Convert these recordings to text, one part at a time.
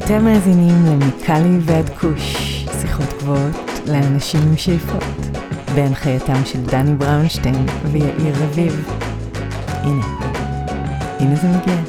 אתם מאזינים למיקלי ועד קוש, שיחות גבוהות לאנשים עם שאיפות, בהנחייתם של דני בראונשטיין ויאיר רביב. הנה זה מגיע.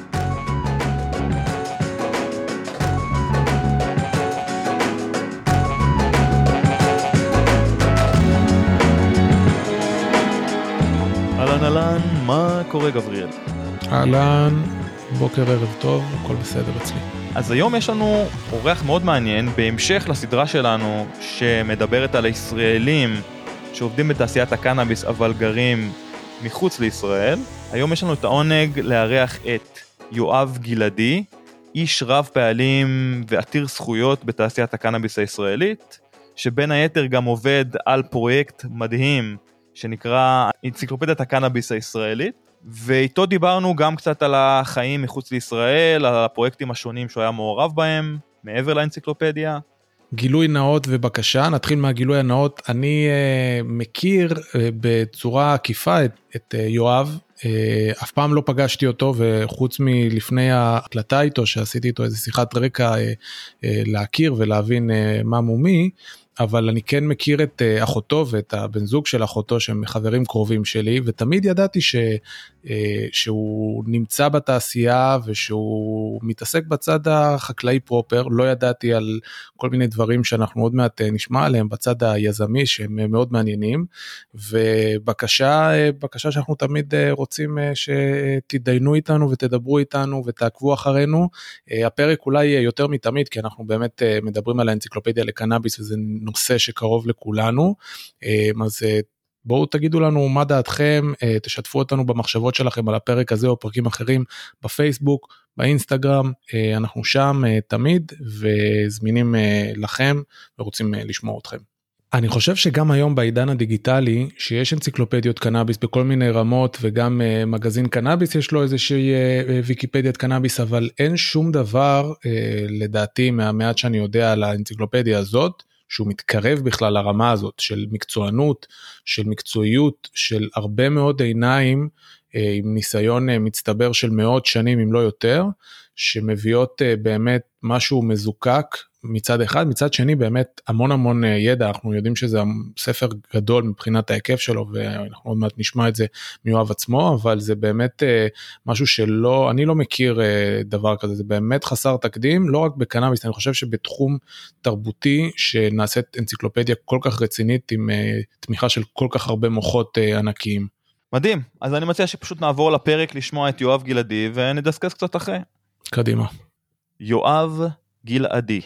אהלן, מה קורה גבריאל? אהלן, בוקר ערב טוב, הכל בסדר אצלי. אז היום יש לנו אורח מאוד מעניין, בהמשך לסדרה שלנו שמדברת על הישראלים שעובדים בתעשיית הקנאביס אבל גרים מחוץ לישראל. היום יש לנו את העונג לארח את יואב גלעדי, איש רב פעלים ועתיר זכויות בתעשיית הקנאביס הישראלית, שבין היתר גם עובד על פרויקט מדהים שנקרא אנציקלופדיית הקנאביס הישראלית, ואיתו דיברנו גם קצת על החיים מחוץ לישראל, על הפרויקטים השונים שהוא היה מעורב בהם, מעבר לאנציקלופדיה. גילוי נאות ובקשה, נתחיל מהגילוי הנאות. אני מכיר בצורה עקיפה את יואב, אף פעם לא פגשתי אותו, וחוץ מלפני ההקלטה איתו, שעשיתי איתו איזו שיחת רקע להכיר ולהבין מה מומי, אבל אני כן מכיר את אחותו ואת הבן זוג של אחותו שהם חברים קרובים שלי, ותמיד ידעתי שהוא נמצא בתעשייה ושהוא מתעסק בצד החקלאי פרופר. לא ידעתי על כל מיני דברים שאנחנו עוד מעט נשמע עליהם בצד היזמי שהם מאוד מעניינים, ובקשה שאנחנו תמיד רוצים שתדיינו איתנו ותדברו איתנו ותעקבו אחרינו. הפרק אולי יותר מתמיד, כי אנחנו באמת מדברים על האנציקלופדיה לקנאביס וזה נושא שקרוב לכולנו, אז בואו תגידו לנו מה דעתכם, תשתפו אותנו במחשבות שלכם על הפרק הזה או פרקים אחרים בפייסבוק, באינסטגרם, אנחנו שם תמיד וזמינים לכם ורוצים לשמוע אתכם. אני חושב שגם היום בעידן הדיגיטלי, שיש אנציקלופדיות קנאביס בכל מיני רמות, וגם מגזין קנאביס יש לו איזושהי ויקיפדיית קנאביס, אבל אין שום דבר, לדעתי מהמעט שאני יודע על האנציקלופדיה הזאת, שהוא מתקרב בכלל לרמה הזאת של מקצוענות, של מקצועיות, של הרבה מאוד עיניים, עם ניסיון מצטבר של מאות שנים אם לא יותר, שמביאות באמת משהו מזוקק מצד אחד, מצד שני באמת המון ידע. אנחנו יודעים שזה ספר גדול מבחינת ההיקף שלו, ואנחנו עוד מעט נשמע את זה מיואב עצמו, אבל זה באמת משהו שלא, אני לא מכיר דבר כזה, זה באמת חסר תקדים, לא רק בקנאביס, אני חושב שבתחום תרבותי שנעשית אנציקלופדיה כל כך רצינית, עם תמיכה של כל כך הרבה מוחות ענקיים. מדהים, אז אני מציע שפשוט נעבור לפרק לשמוע את יואב גלעדי ונדסקס קצת אחרי. קדימה. יואב גלעדי.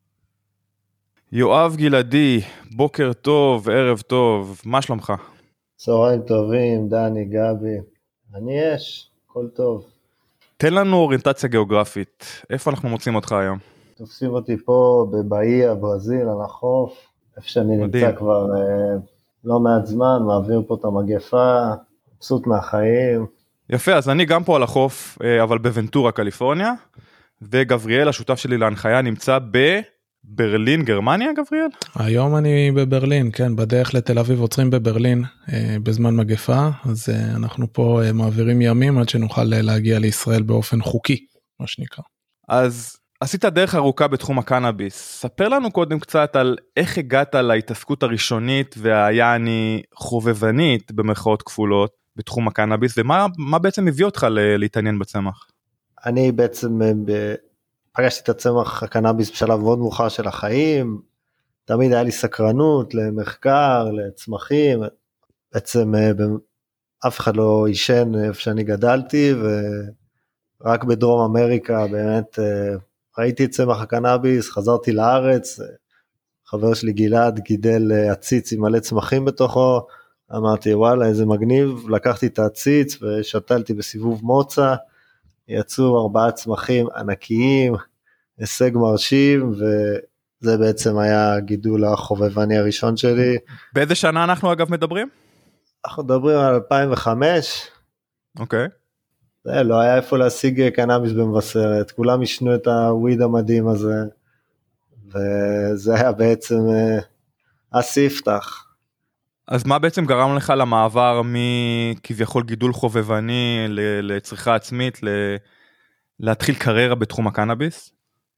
יואב גלעדי, בוקר טוב, ערב טוב, מה שלומך? צהריים טובים, דני, גבי, הכל טוב. תן לנו אוריינטציה גיאוגרפית, איפה אנחנו מוצאים אותך היום? תופסים אותי פה בבאיה, ברזיל, על החוף, איפה שאני מדהים. נמצא כבר לא מעט זמן, מעביר פה את המגפה, מבסוט מהחיים. יפה, אז אני גם פה על החוף, אבל בוונטורה, קליפורניה, וגבריאל, השותף שלי להנחיה, נמצא בברלין, גרמניה, גבריאל? היום אני בברלין, כן, בדרך לתל אביב עוצרים בברלין בזמן מגפה, אז אנחנו פה מעבירים ימים עד שנוכל להגיע לישראל באופן חוקי, מה שנקרא. אז עשית דרך ארוכה בתחום הקנאביס, ספר לנו קודם קצת על איך הגעת להתעסקות הראשונית והיעני חובבנית במרכאות כפולות בתחום הקנאביס, ומה בעצם הביא אותך להתעניין בצמח? אני בעצם פגשתי את הצמח הקנאביס בשלב מאוד מאוחר של החיים, תמיד היה לי סקרנות למחקר, לצמחים, בעצם אף אחד לא ישן איפה שאני גדלתי, ורק בדרום אמריקה באמת ראיתי את צמח הקנאביס, חזרתי לארץ, חבר שלי גלעד גידל עציץ עם מלא צמחים בתוכו, אמרתי וואלה איזה מגניב, לקחתי את העציץ ושתלתי בסיבוב מוצא, יצאו 4 צמחים ענקיים, הישג מרשים, וזה בעצם היה הגידול החובבני הראשון שלי. באיזה שנה אנחנו אגב מדברים? אנחנו מדברים על 2005. אוקיי. זה לא היה איפה להשיג קנאביס במבשרת, כולם ישנו את הוויד המדהים הזה, וזה היה בעצם הספתח. אז מה בעצם גרם לך למעבר מכביכול גידול חובבני לצריכה עצמית, להתחיל קריירה בתחום הקנאביס?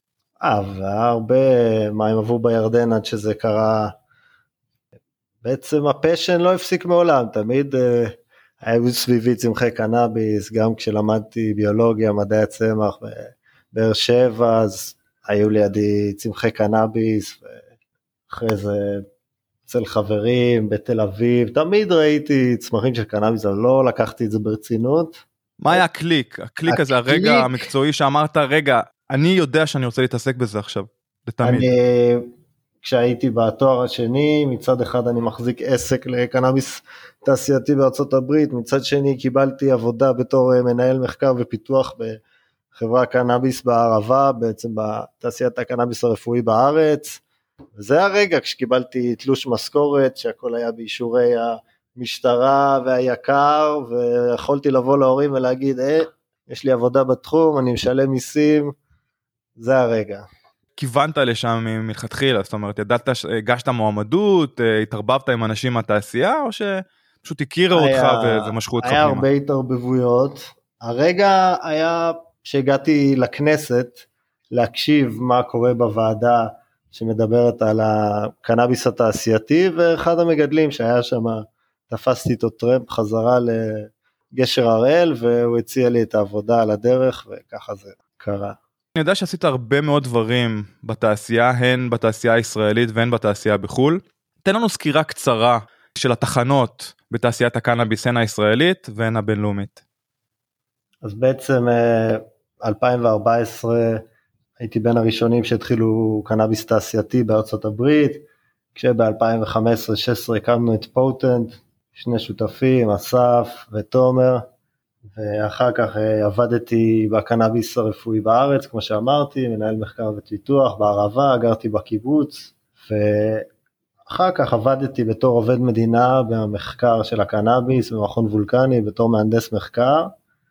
והיה הרבה מים עברו בירדן עד שזה קרה. בעצם הפשן לא הפסיק מעולם, תמיד היו סביבי צמחי קנאביס, גם כשלמדתי ביולוגיה, מדעי הצמח בבאר שבע, אז היו לידי צמחי קנאביס, ואחרי זה אצל חברים בתל אביב, תמיד ראיתי צמחים של קנאביס, אבל לא לקחתי את זה ברצינות. מה היה הקליק? הקליק הזה, הרגע המקצועי שאמרת, רגע, אני יודע שאני רוצה להתעסק בזה עכשיו, לתמיד. כשהייתי בתואר השני, מצד אחד אני מחזיק עסק לקנאביס תעשייתי בארצות הברית, מצד שני קיבלתי עבודה בתור מנהל מחקר ופיתוח בחברה קנאביס בערבה, בעצם בתעשיית הקנאביס הרפואי בארץ, וזה הרגע כשקיבלתי תלוש משכורת, שהכל היה באישורי המשטרה והיקר, ויכולתי לבוא להורים ולהגיד, יש לי עבודה בתחום, אני משלם מיסים, זה הרגע. כיוונת לשם מלכתחילה, זאת אומרת, ידעת, הגשת מועמדות, התערבבת עם אנשים מהתעשייה, או שפשוט הכירה אותך ומשכו אותך פנימה? היה הרבה התערבבויות. הרגע היה שהגעתי לכנסת, להקשיב מה קורה בוועדה, שמדברת על הקנאביס התעשייתי, ואחד המגדלים שהיה שם, תפסתי איתו טרמפ חזרה לגשר הראל, והוא הציע לי את העבודה על הדרך, וככה זה קרה. אני יודע שעשית הרבה מאוד דברים בתעשייה, הן בתעשייה הישראלית והן בתעשייה בחול. תן לנו סקירה קצרה של התחנות בתעשיית הקנאביס, הן הישראלית והן הבינלאומית. אז בעצם 2014 הייתי בין הראשונים שהתחילו קנאביס תעשייתי בארצות הברית, כשב-2015-16 הקמנו את פוטנט, שני שותפים, אסף ותומר, ואחר כך עבדתי בקנאביס הרפואי בארץ, כמו שאמרתי, מנהל מחקר ופיתוח בערבה, גרתי בקיבוץ, ואחר כך עבדתי בתור עובד מדינה במחקר של הקנאביס במכון וולקני, בתור מהנדס מחקר,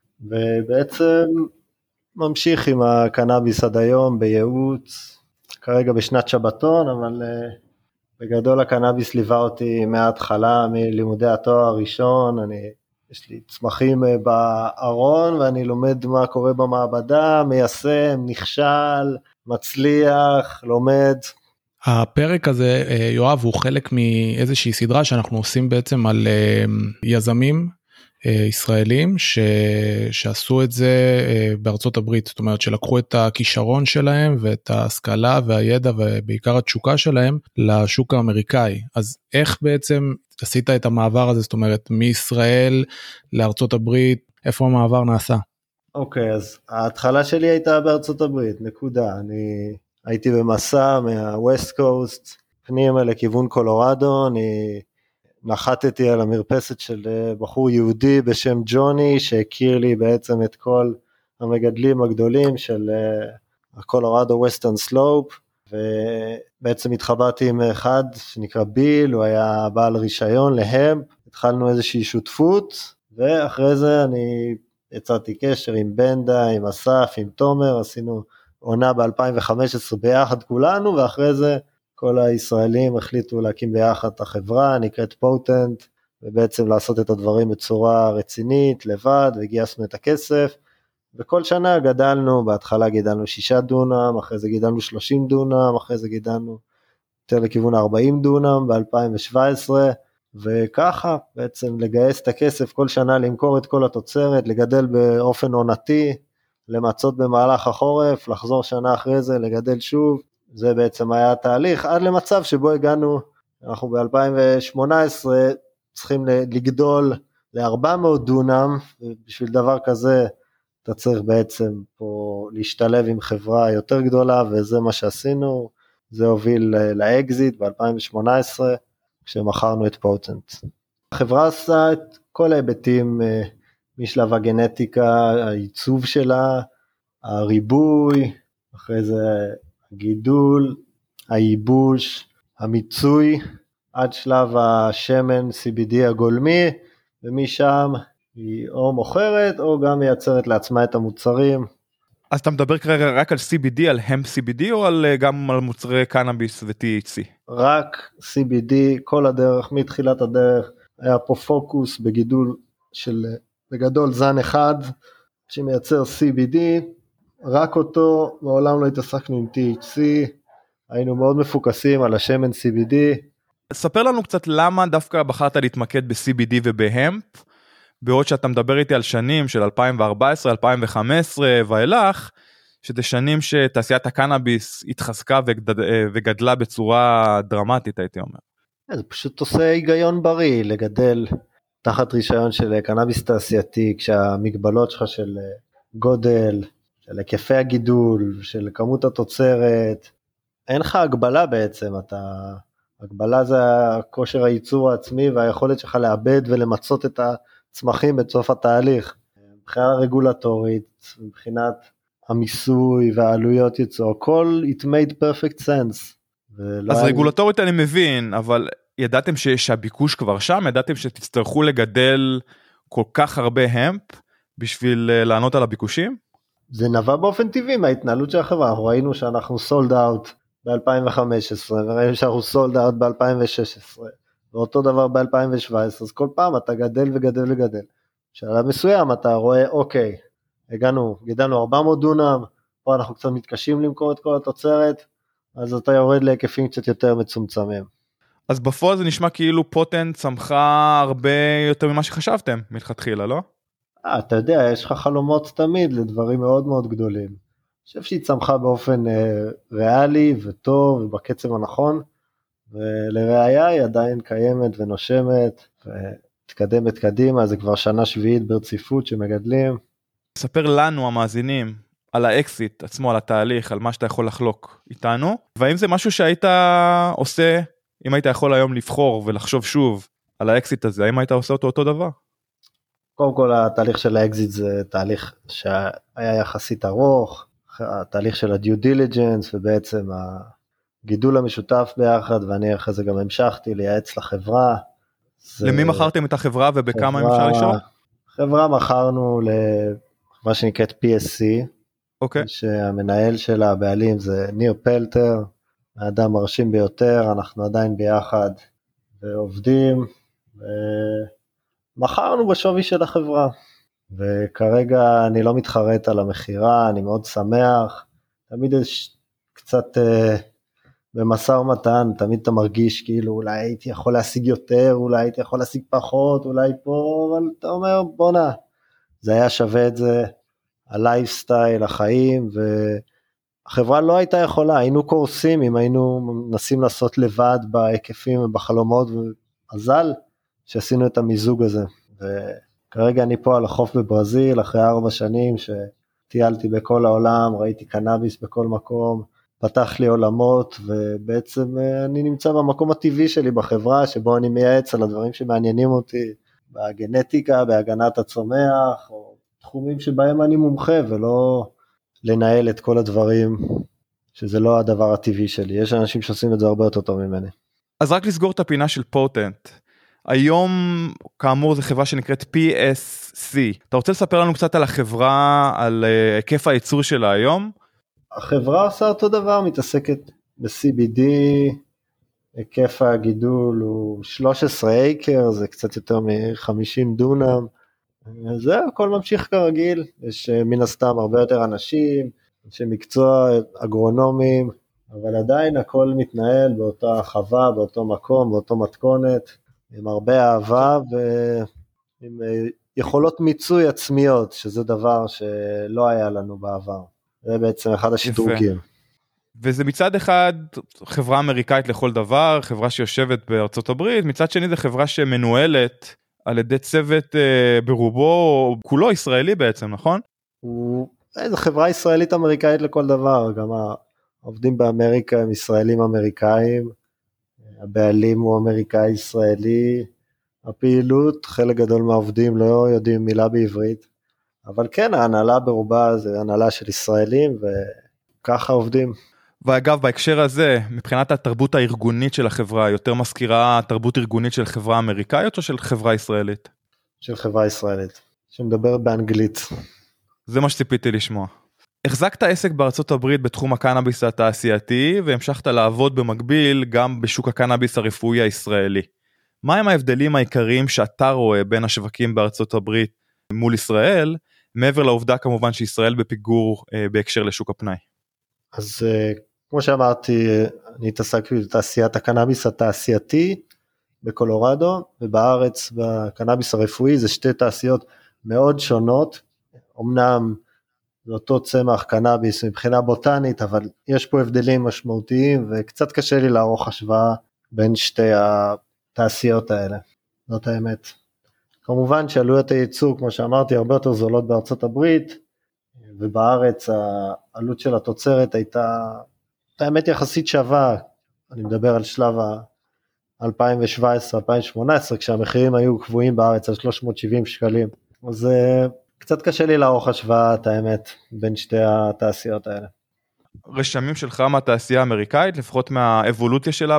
ובעצם ממשיך עם הקנאביס עד היום בייעוץ, כרגע בשנת שבתון, אבל בגדול הקנאביס ליווה אותי מההתחלה, מלימודי התואר הראשון, יש לי צמחים בארון, ואני לומד מה קורה במעבדה, מיישם, נכשל, מצליח, לומד. הפרק הזה, יואב, הוא חלק מאיזושהי סדרה שאנחנו עושים בעצם על יזמים ישראלים שעשו את זה בארצות הברית, זאת אומרת שלקחו את הכישרון שלהם ואת ההשכלה והידע ובעיקר התשוקה שלהם לשוק האמריקאי. אז איך בעצם עשית את המעבר הזה, זאת אומרת מישראל לארצות הברית, איפה המעבר נעשה? אוקיי, אז ההתחלה שלי הייתה בארצות הברית, נקודה. אני הייתי במסע מהווסט קוסט, פנימה לכיוון קולורדו, אני נחתתי על המרפסת של בחור יהודי בשם ג'וני, שהכיר לי בעצם את כל המגדלים הגדולים של הקולורדו ווסטרן סלופ, ובעצם התחברתי עם אחד שנקרא ביל, הוא היה בעל רישיון להם, התחלנו איזושהי שותפות, ואחרי זה אני יצרתי קשר עם בנדה, עם אסף, עם תומר, עשינו עונה ב-2015 ביחד כולנו, ואחרי זה כל הישראלים החליטו להקים ביחד את החברה, נקראת פוטנט, ובעצם לעשות את הדברים בצורה רצינית, לבד, וגייסנו את הכסף, וכל שנה גדלנו, בהתחלה גידלנו 6 דונם, אחרי זה גידלנו 30 דונם, אחרי זה גידלנו יותר לכיוון 40 דונם ב-2017, וככה בעצם לגייס את הכסף כל שנה, למכור את כל התוצרת, לגדל באופן עונתי, למצות במהלך החורף, לחזור שנה אחרי זה, לגדל שוב, זה בעצם היה התהליך, עד למצב שבו הגענו, אנחנו ב-2018 צריכים לגדול ל-400 דונם, ובשביל דבר כזה אתה צריך בעצם פה להשתלב עם חברה יותר גדולה, וזה מה שעשינו, זה הוביל לאקזיט ב-2018, כשמכרנו את פוטנט. החברה עשה את כל ההיבטים, משלב הגנטיקה, העיצוב שלה, הריבוי, אחרי זה הגידול, הייבוש, המיצוי, עד שלב השמן CBD הגולמי, ומשם היא או מוכרת או גם מייצרת לעצמה את המוצרים. אז אתה מדבר כרגע רק על CBD, על המפ CBD, או גם על מוצרי קנאביס ו-THC? רק CBD, כל הדרך, מתחילת הדרך, היה פה פוקוס בגידול של בגדול זן אחד, שמייצר CBD, רק אותו, מעולם לא התעסקנו עם THC, היינו מאוד מפוקסים על השמן CBD. ספר לנו קצת למה דווקא בחרת להתמקד ב-CBD ובהמפ, בעוד שאתה מדבר איתי על שנים של 2014, 2015 ואילך, שזה שנים שתעשיית הקנאביס התחזקה וגדלה בצורה דרמטית, הייתי אומר. זה פשוט עושה היגיון בריא לגדל תחת רישיון של קנאביס תעשייתי, כשהמגבלות שלך של גודל, של היקפי הגידול, של כמות התוצרת, אין לך הגבלה בעצם, הגבלה זה הכושר הייצור העצמי והיכולת שלך לאבד ולמצות את הצמחים בסוף התהליך. מבחינה רגולטורית, מבחינת המיסוי והעלויות ייצור, הכל it made perfect sense. אז רגולטורית אני מבין, אבל ידעתם שהביקוש כבר שם? ידעתם שתצטרכו לגדל כל כך הרבה המפ בשביל לענות על הביקושים? זה נבע באופן טבעי מההתנהלות של החברה, אנחנו ראינו שאנחנו sold out ב-2015, וראינו שאנחנו sold out ב-2016, ואותו דבר ב-2017, אז כל פעם אתה גדל וגדל וגדל. בשלב מסוים אתה רואה, אוקיי, גידלנו 400 דונם, פה אנחנו קצת מתקשים למכור את כל התוצרת, אז אתה יורד להיקפים קצת יותר מצומצמים. אז בפועל זה נשמע כאילו פוטנט צמחה הרבה יותר ממה שחשבתם מלכתחילה, לא? אתה יודע, יש לך חלומות תמיד לדברים מאוד מאוד גדולים. אני חושב שהיא צמחה באופן ריאלי וטוב ובקצב הנכון, ולראיה היא עדיין קיימת ונושמת, ותקדמת קדימה, זה כבר שנה שביעית ברציפות שמגדלים. ספר לנו המאזינים על האקסיט עצמו, על התהליך, על מה שאתה יכול לחלוק איתנו, והאם זה משהו שהיית עושה, אם היית יכול היום לבחור ולחשוב שוב על האקסיט הזה, האם היית עושה אותו דבר? קודם כל התהליך של האקזיט זה תהליך שהיה יחסית ארוך, התהליך של הדיו דיליג'נס ובעצם הגידול המשותף ביחד, ואני אחרי זה גם המשכתי לייעץ לחברה. למי מכרתם את החברה ובכמה אם אפשר לשאול? חברה מכרנו לחברה שנקראת PSC, אוקיי. שהמנהל שלה, הבעלים זה ניר פלטר, האדם מרשים ביותר, אנחנו עדיין ביחד ועובדים, מכרנו בשווי של החברה, וכרגע אני לא מתחרט על המחירה, אני מאוד שמח, תמיד יש קצת במשא ומתן, תמיד אתה מרגיש כאילו אולי הייתי יכול להשיג יותר, אולי הייתי יכול להשיג פחות, אולי פה, אבל אתה אומר בונה, זה היה שווה את זה, הלייפסטייל, החיים, והחברה לא הייתה יכולה, היינו קורסים אם היינו מנסים לעשות לבד בהיקפים ובחלומות, ומזל שעשינו את המיזוג הזה, וכרגע אני פה על החוף בברזיל, אחרי 4 שנים שטיילתי בכל העולם, ראיתי קנאביס בכל מקום, פתח לי עולמות, ובעצם אני נמצא במקום הטבעי שלי בחברה, שבו אני מייעץ על הדברים שמעניינים אותי, בגנטיקה, בהגנת הצומח, או תחומים שבהם אני מומחה, ולא לנהל את כל הדברים, שזה לא הדבר הטבעי שלי, יש אנשים שעושים את זה הרבה יותר טוב ממני. אז רק לסגור את הפינה של פוטנט, היום כאמור זו חברה שנקראת PSC, אתה רוצה לספר לנו קצת על החברה, על היקף הייצור שלה היום? החברה עושה אותו דבר, מתעסקת ב-CBD, היקף הגידול הוא 13 אייקר, זה קצת יותר מ-50 דונם, זה הכל ממשיך כרגיל, יש מן הסתם הרבה יותר אנשים, אנשי מקצוע, אגרונומים, אבל עדיין הכל מתנהל באותה חווה, באותו מקום, באותו מתכונת, עם הרבה אהבה ועם יכולות מיצוי עצמיות, שזה דבר שלא היה לנו בעבר. זה בעצם אחד השדרוגים. וזה מצד אחד חברה אמריקאית לכל דבר, חברה שיושבת בארצות הברית, מצד שני זה חברה שמנוהלת על ידי צוות ברובו, כולו ישראלי בעצם, נכון? זו חברה ישראלית אמריקאית לכל דבר, גם העובדים באמריקה הם ישראלים אמריקאים, הבעלים הוא אמריקאי ישראלי, הפעילות, חלק גדול מהעובדים לא יודעים מילה בעברית, אבל כן, ההנהלה ברובה זה הנהלה של ישראלים, וככה עובדים. ואגב, בהקשר הזה, מבחינת התרבות הארגונית של החברה, יותר מזכירה תרבות ארגונית של חברה אמריקאית, או של חברה ישראלית? של חברה ישראלית, שמדברת באנגלית. זה מה שציפיתי לשמוע. החזקת עסק בארצות הברית בתחום הקנאביס התעשייתי, והמשכת לעבוד במקביל גם בשוק הקנאביס הרפואי הישראלי. מה הם ההבדלים העיקריים שאתה רואה בין השווקים בארצות הברית מול ישראל, מעבר לעובדה כמובן שישראל בפיגור בהקשר לשוק הפנאי. אז כמו שאמרתי, אני התעסקתי בתעשיית הקנאביס התעשייתי בקולורדו, ובארץ בקנאביס הרפואי, זה שתי תעשיות מאוד שונות, אמנם זה אותו צמח קנאביס מבחינה בוטנית, אבל יש פה הבדלים משמעותיים, וקצת קשה לי לערוך השוואה בין שתי התעשיות האלה, זאת האמת. כמובן שעלויות הייצור, כמו שאמרתי, הרבה יותר זולות בארצות הברית, ובארץ העלות של התוצרת הייתה, האמת יחסית שווה, אני מדבר על שלב 2017-2018, כשהמחירים היו קבועים בארץ על 370 שקלים, אז קצת קשה לי לערוך השוואה, את האמת, בין שתי התעשיות האלה. רשמים שלך מהתעשייה האמריקאית, לפחות מהאבולוציה שלה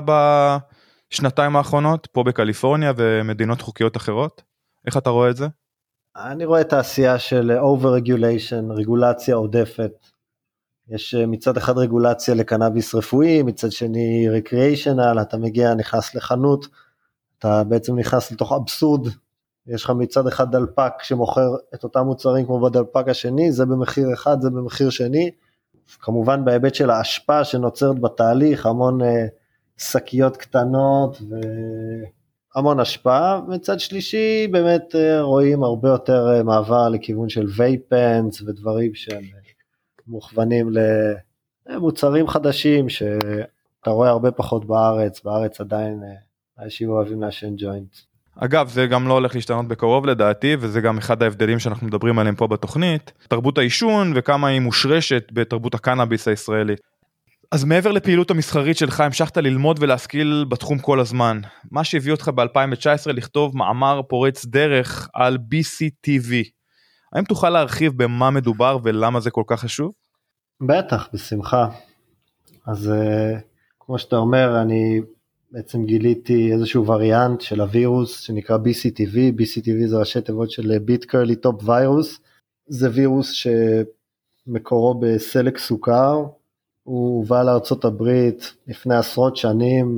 בשנתיים האחרונות, פה בקליפורניה ומדינות חוקיות אחרות? איך אתה רואה את זה? אני רואה תעשייה של over-regulation, רגולציה עודפת. יש מצד אחד רגולציה לקנאביס רפואי, מצד שני recreational, אתה מגיע, נכנס לחנות, אתה בעצם נכנס לתוך אבסורד, יש לך מצד אחד דלפק שמוכר את אותם מוצרים כמו בדלפק השני, זה במחיר אחד, זה במחיר שני, כמובן בהיבט של ההשפעה שנוצרת בתהליך, המון שקיות קטנות והמון השפעה, מצד שלישי באמת רואים הרבה יותר מעבר לכיוון של וייפנס ודברים שהם מוכוונים למוצרים חדשים שאתה רואה הרבה פחות בארץ עדיין אנשים אוהבים לעשן ג'וינט. אגב, זה גם לא הולך להשתנות בקרוב לדעתי, וזה גם אחד ההבדלים שאנחנו מדברים עליהם פה בתוכנית, תרבות העישון וכמה היא מושרשת בתרבות הקנאביס הישראלית. אז מעבר לפעילות המסחרית שלך, המשכת ללמוד ולהשכיל בתחום כל הזמן. מה שהביא אותך ב-2019 לכתוב מאמר פורץ דרך על BCTV. האם תוכל להרחיב במה מדובר ולמה זה כל כך חשוב? בטח, בשמחה. אז כמו שאתה אומר, אני בעצם גיליתי איזשהו וריאנט של הווירוס שנקרא BCTV, BCTV זה ראשי תיבות של ביט קרלי טופ וירוס, זה וירוס שמקורו בסלק סוכר, הוא הובא לארצות הברית לפני עשרות שנים,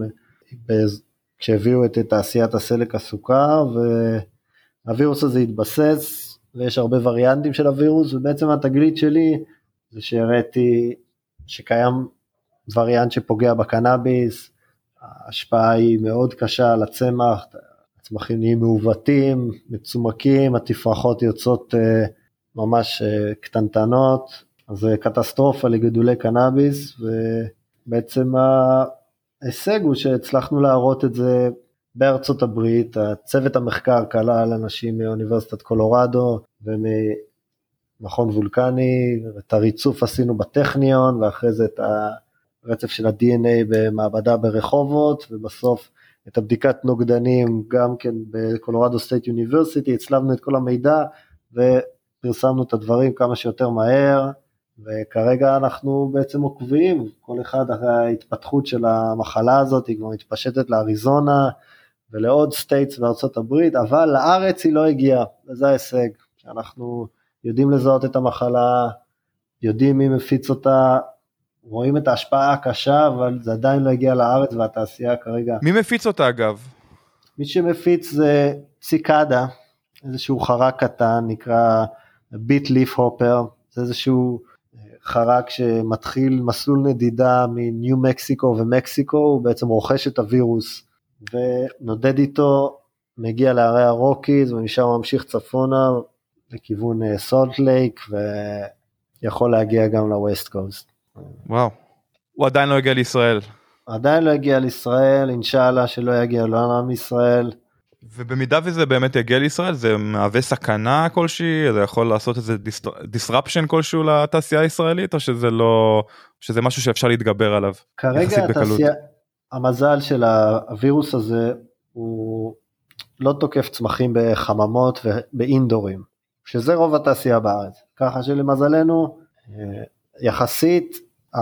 כשהביאו את תעשיית הסלק הסוכר, והווירוס הזה התבסס, ויש הרבה וריאנטים של הווירוס, ובעצם התגלית שלי זה שהראיתי שקיים וריאנט שפוגע בקנאביס, ההשפעה היא מאוד קשה על הצמח, הצמחים נהיים מעוותים, מצומקים, התפרחות יוצאות ממש קטנטנות, אז זה קטסטרופה לגידולי קנאביס, ובעצם ההישג הוא שהצלחנו להראות את זה בארצות הברית, הצוות המחקר כלל אנשים מאוניברסיטת קולורדו וממכון וולקני, את הריצוף עשינו בטכניון, ואחרי זה את הרצף של ה-DNA במעבדה ברחובות, ובסוף את הבדיקת נוגדנים גם כן בקולורדו סטייט יוניברסיטי, הצלבנו את כל המידע ופרסמנו את הדברים כמה שיותר מהר, וכרגע אנחנו בעצם עוקבים, כל אחד אחרי ההתפתחות של המחלה הזאת, היא כבר מתפשטת לאריזונה ולעוד סטייטס בארצות הברית, אבל לארץ היא לא הגיעה, וזה ההישג, שאנחנו יודעים לזהות את המחלה, יודעים מי מפיץ אותה, רואים את ההשפעה הקשה, אבל זה עדיין לא הגיע לארץ, והתעשייה כרגע... מי מפיץ אותה אגב? מי שמפיץ זה ציקדה, איזשהו חרק קטן, נקרא ביט ליף הופר, זה איזשהו חרק שמתחיל מסלול נדידה מניו מקסיקו ומקסיקו, הוא בעצם רוכש את הווירוס, ונודד איתו, מגיע לערי הרוקיז, ומשם ממשיך צפונה, לכיוון סולט לייק, ויכול להגיע גם לווסט קוסט. וואו, הוא עדיין לא הגיע לישראל. עדיין לא הגיע לישראל, אינשאללה שלא יגיע לעולם ישראל. ובמידה וזה באמת יגיע לישראל, זה מהווה סכנה כלשהי, זה יכול לעשות איזה disruption כלשהו לתעשייה הישראלית, או שזה לא, שזה משהו שאפשר להתגבר עליו? כרגע התעשייה, המזל של הווירוס הזה, הוא לא תוקף צמחים בחממות ובאינדורים, שזה רוב התעשייה בארץ. ככה שלמזלנו, יחסית,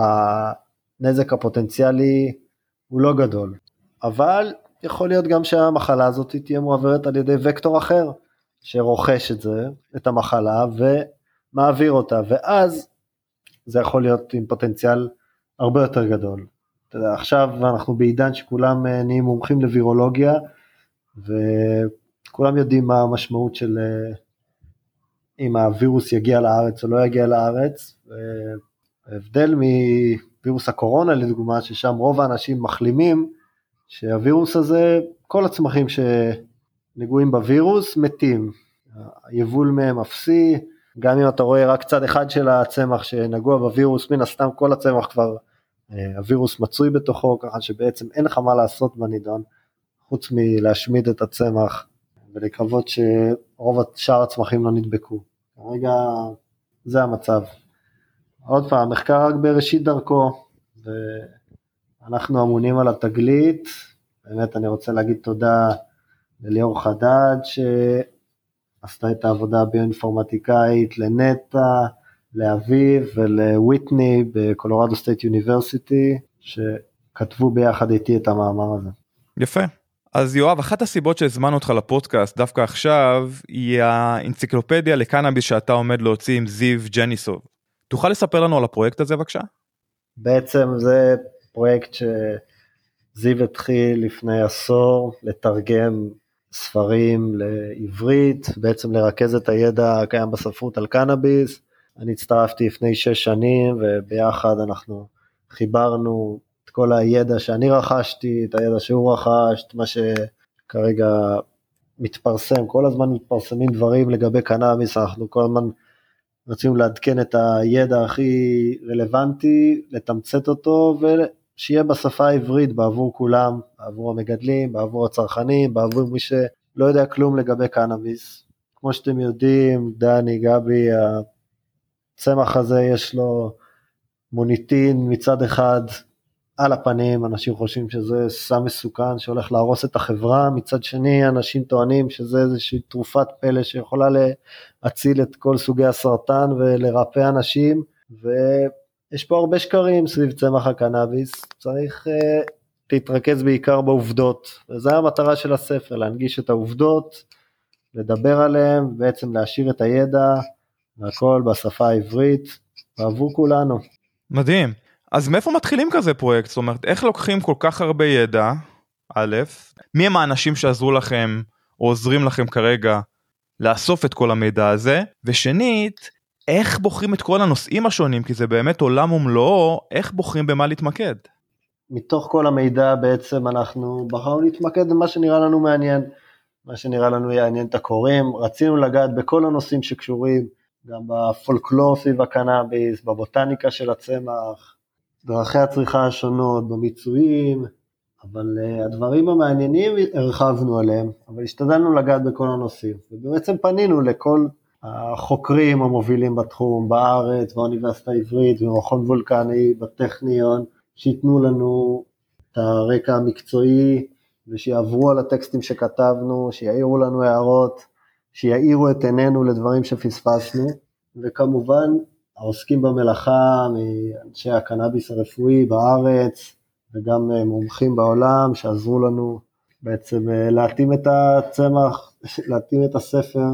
הנזק הפוטנציאלי הוא לא גדול, אבל יכול להיות גם שהמחלה הזאת תהיה מועברת על ידי וקטור אחר, שרוכש את זה, את המחלה, ומעביר אותה, ואז זה יכול להיות עם פוטנציאל הרבה יותר גדול. אתה יודע, עכשיו אנחנו בעידן שכולם נהיים מומחים לווירולוגיה, וכולם יודעים מה המשמעות של אם הווירוס יגיע לארץ או לא יגיע לארץ, והבדל מווירוס הקורונה לדוגמה, ששם רוב האנשים מחלימים, שהווירוס הזה, כל הצמחים שנגועים בווירוס מתים, היבול מהם אפסי, גם אם אתה רואה רק צד אחד של הצמח שנגוע בווירוס, מן הסתם כל הצמח כבר, הווירוס מצוי בתוכו, ככה שבעצם אין לך מה לעשות בנידון, חוץ מלהשמיד את הצמח, ולקוות שרוב שאר הצמחים לא נדבקו. כרגע זה המצב. עוד פעם, המחקר רק בראשית דרכו, ואנחנו אמונים על התגלית, באמת אני רוצה להגיד תודה לליאור חדד, שעשתה את העבודה הביואינפורמטיקאית, לנטה, לאביב ולוויטני בקולורדו סטייט יוניברסיטי, שכתבו ביחד איתי את המאמר הזה. יפה. אז יואב, אחת הסיבות שהזמנו אותך לפודקאסט דווקא עכשיו, היא האנציקלופדיה לקנאביס שאתה עומד להוציא עם זיו ג'ניסוב. תוכל לספר לנו על הפרויקט הזה בבקשה? בעצם זה פרויקט שזיו התחיל לפני עשור לתרגם ספרים לעברית, בעצם לרכז את הידע הקיים בספרות על קנאביס. אני הצטרפתי לפני 6 שנים, וביחד אנחנו חיברנו את כל הידע שאני רכשתי, את הידע שהוא רכש, את מה שכרגע מתפרסם, כל הזמן מתפרסמים דברים לגבי קנאביס, אנחנו כל הזמן רצינו לעדכן את הידע הכי רלוונטי, לתמצת אותו, ושיהיה בשפה העברית בעבור כולם, בעבור המגדלים, בעבור הצרכנים, בעבור מי שלא יודע כלום לגבי קנאביס. כמו שאתם יודעים, דני, גבי, הצמח הזה יש לו מוניטין מצד אחד על הפנים, אנשים חושבים שזה סם מסוכן שהולך להרוס את החברה, מצד שני אנשים טוענים שזה איזושהי תרופת פלא שיכולה להציל את כל סוגי הסרטן ולרפא אנשים, ויש פה הרבה שקרים סביב צמח הקנאביס, צריך להתרכז בעיקר בעובדות, וזו המטרה של הספר, להנגיש את העובדות, לדבר עליהם, בעצם להשאיר את הידע, והכל בשפה העברית, בעבור כולנו. מדהים. אז מאיפה מתחילים כזה פרויקט? זאת אומרת, איך לוקחים כל כך הרבה ידע, א', מי הם האנשים שעזרו לכם, או עוזרים לכם כרגע, לאסוף את כל המידע הזה, ושנית, איך בוחרים את כל הנושאים השונים, כי זה באמת עולם ומלואו, איך בוחרים במה להתמקד? מתוך כל המידע בעצם אנחנו בחרנו להתמקד במה שנראה לנו מעניין, מה שנראה לנו יעניין את הקוראים, רצינו לגעת בכל הנושאים שקשורים, גם בפולקלור סביב הקנאביס, בבוטניקה של הצמח, דרכי הצריכה השונות, במיצויים, אבל הדברים המעניינים הרחבנו עליהם, אבל השתדלנו לגעת בכל הנושאים, ובעצם פנינו לכל החוקרים המובילים בתחום, בארץ, באוניברסיטה העברית, במכון וולקני, בטכניון, שיתנו לנו את הרקע המקצועי, ושיעברו על הטקסטים שכתבנו, שיעירו לנו הערות, שיעירו את עינינו לדברים שפספסנו, וכמובן העוסקים במלאכה, מאנשי הקנאביס הרפואי בארץ, וגם מומחים בעולם, שעזרו לנו בעצם להתאים את הצמח, להתאים את הספר,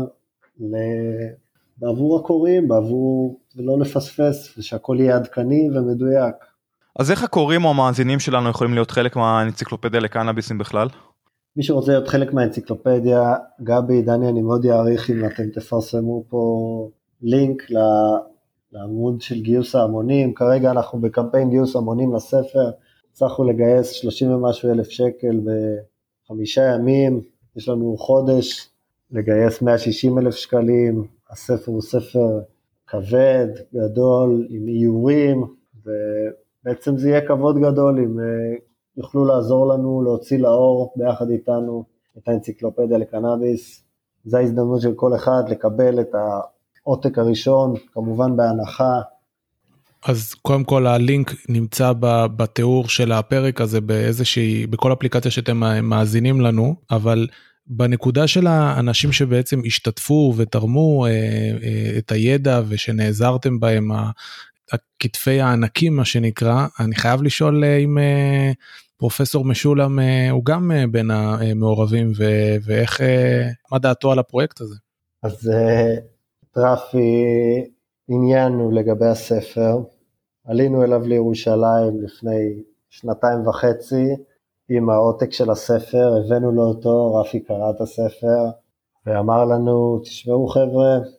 בעבור הקוראים, בעבור ולא לפספס, ושהכל יהיה עדכני ומדויק. אז איך הקוראים או המאזינים שלנו יכולים להיות חלק מהאנציקלופדיה לקנאביסים בכלל? מי שרוצה להיות חלק מהאנציקלופדיה, גבי, דני, אני מאוד יעריך אם אתם תפרסמו פה לינק לעמוד של גיוס ההמונים, כרגע אנחנו בקמפיין גיוס המונים לספר, הצלחנו לגייס 30 ומשהו אלף שקל ב5 ימים, יש לנו חודש לגייס 160 אלף שקלים, הספר הוא ספר כבד, גדול, עם איורים, ובעצם זה יהיה כבוד גדול אם יוכלו לעזור לנו להוציא לאור ביחד איתנו את האנציקלופדיה לקנאביס, זו ההזדמנות של כל אחד לקבל את העותק הראשון, כמובן בהנחה. אז קודם כל הלינק נמצא בתיאור של הפרק הזה בכל אפליקציה שאתם מאזינים לנו, אבל בנקודה של האנשים שבעצם השתתפו ותרמו את הידע ושנעזרתם בהם, הכתפי הענקים מה שנקרא, אני חייב לשאול אם פרופסור משולם הוא גם בין המעורבים, ואיך, מה דעתו על הפרויקט הזה? אז רפי, עניינו לגבי הספר, עלינו אליו לירושלים לפני 2.5 עם העותק של הספר, הבאנו לו אותו, רפי קרא את הספר, ואמר לנו, תשמעו חבר'ה,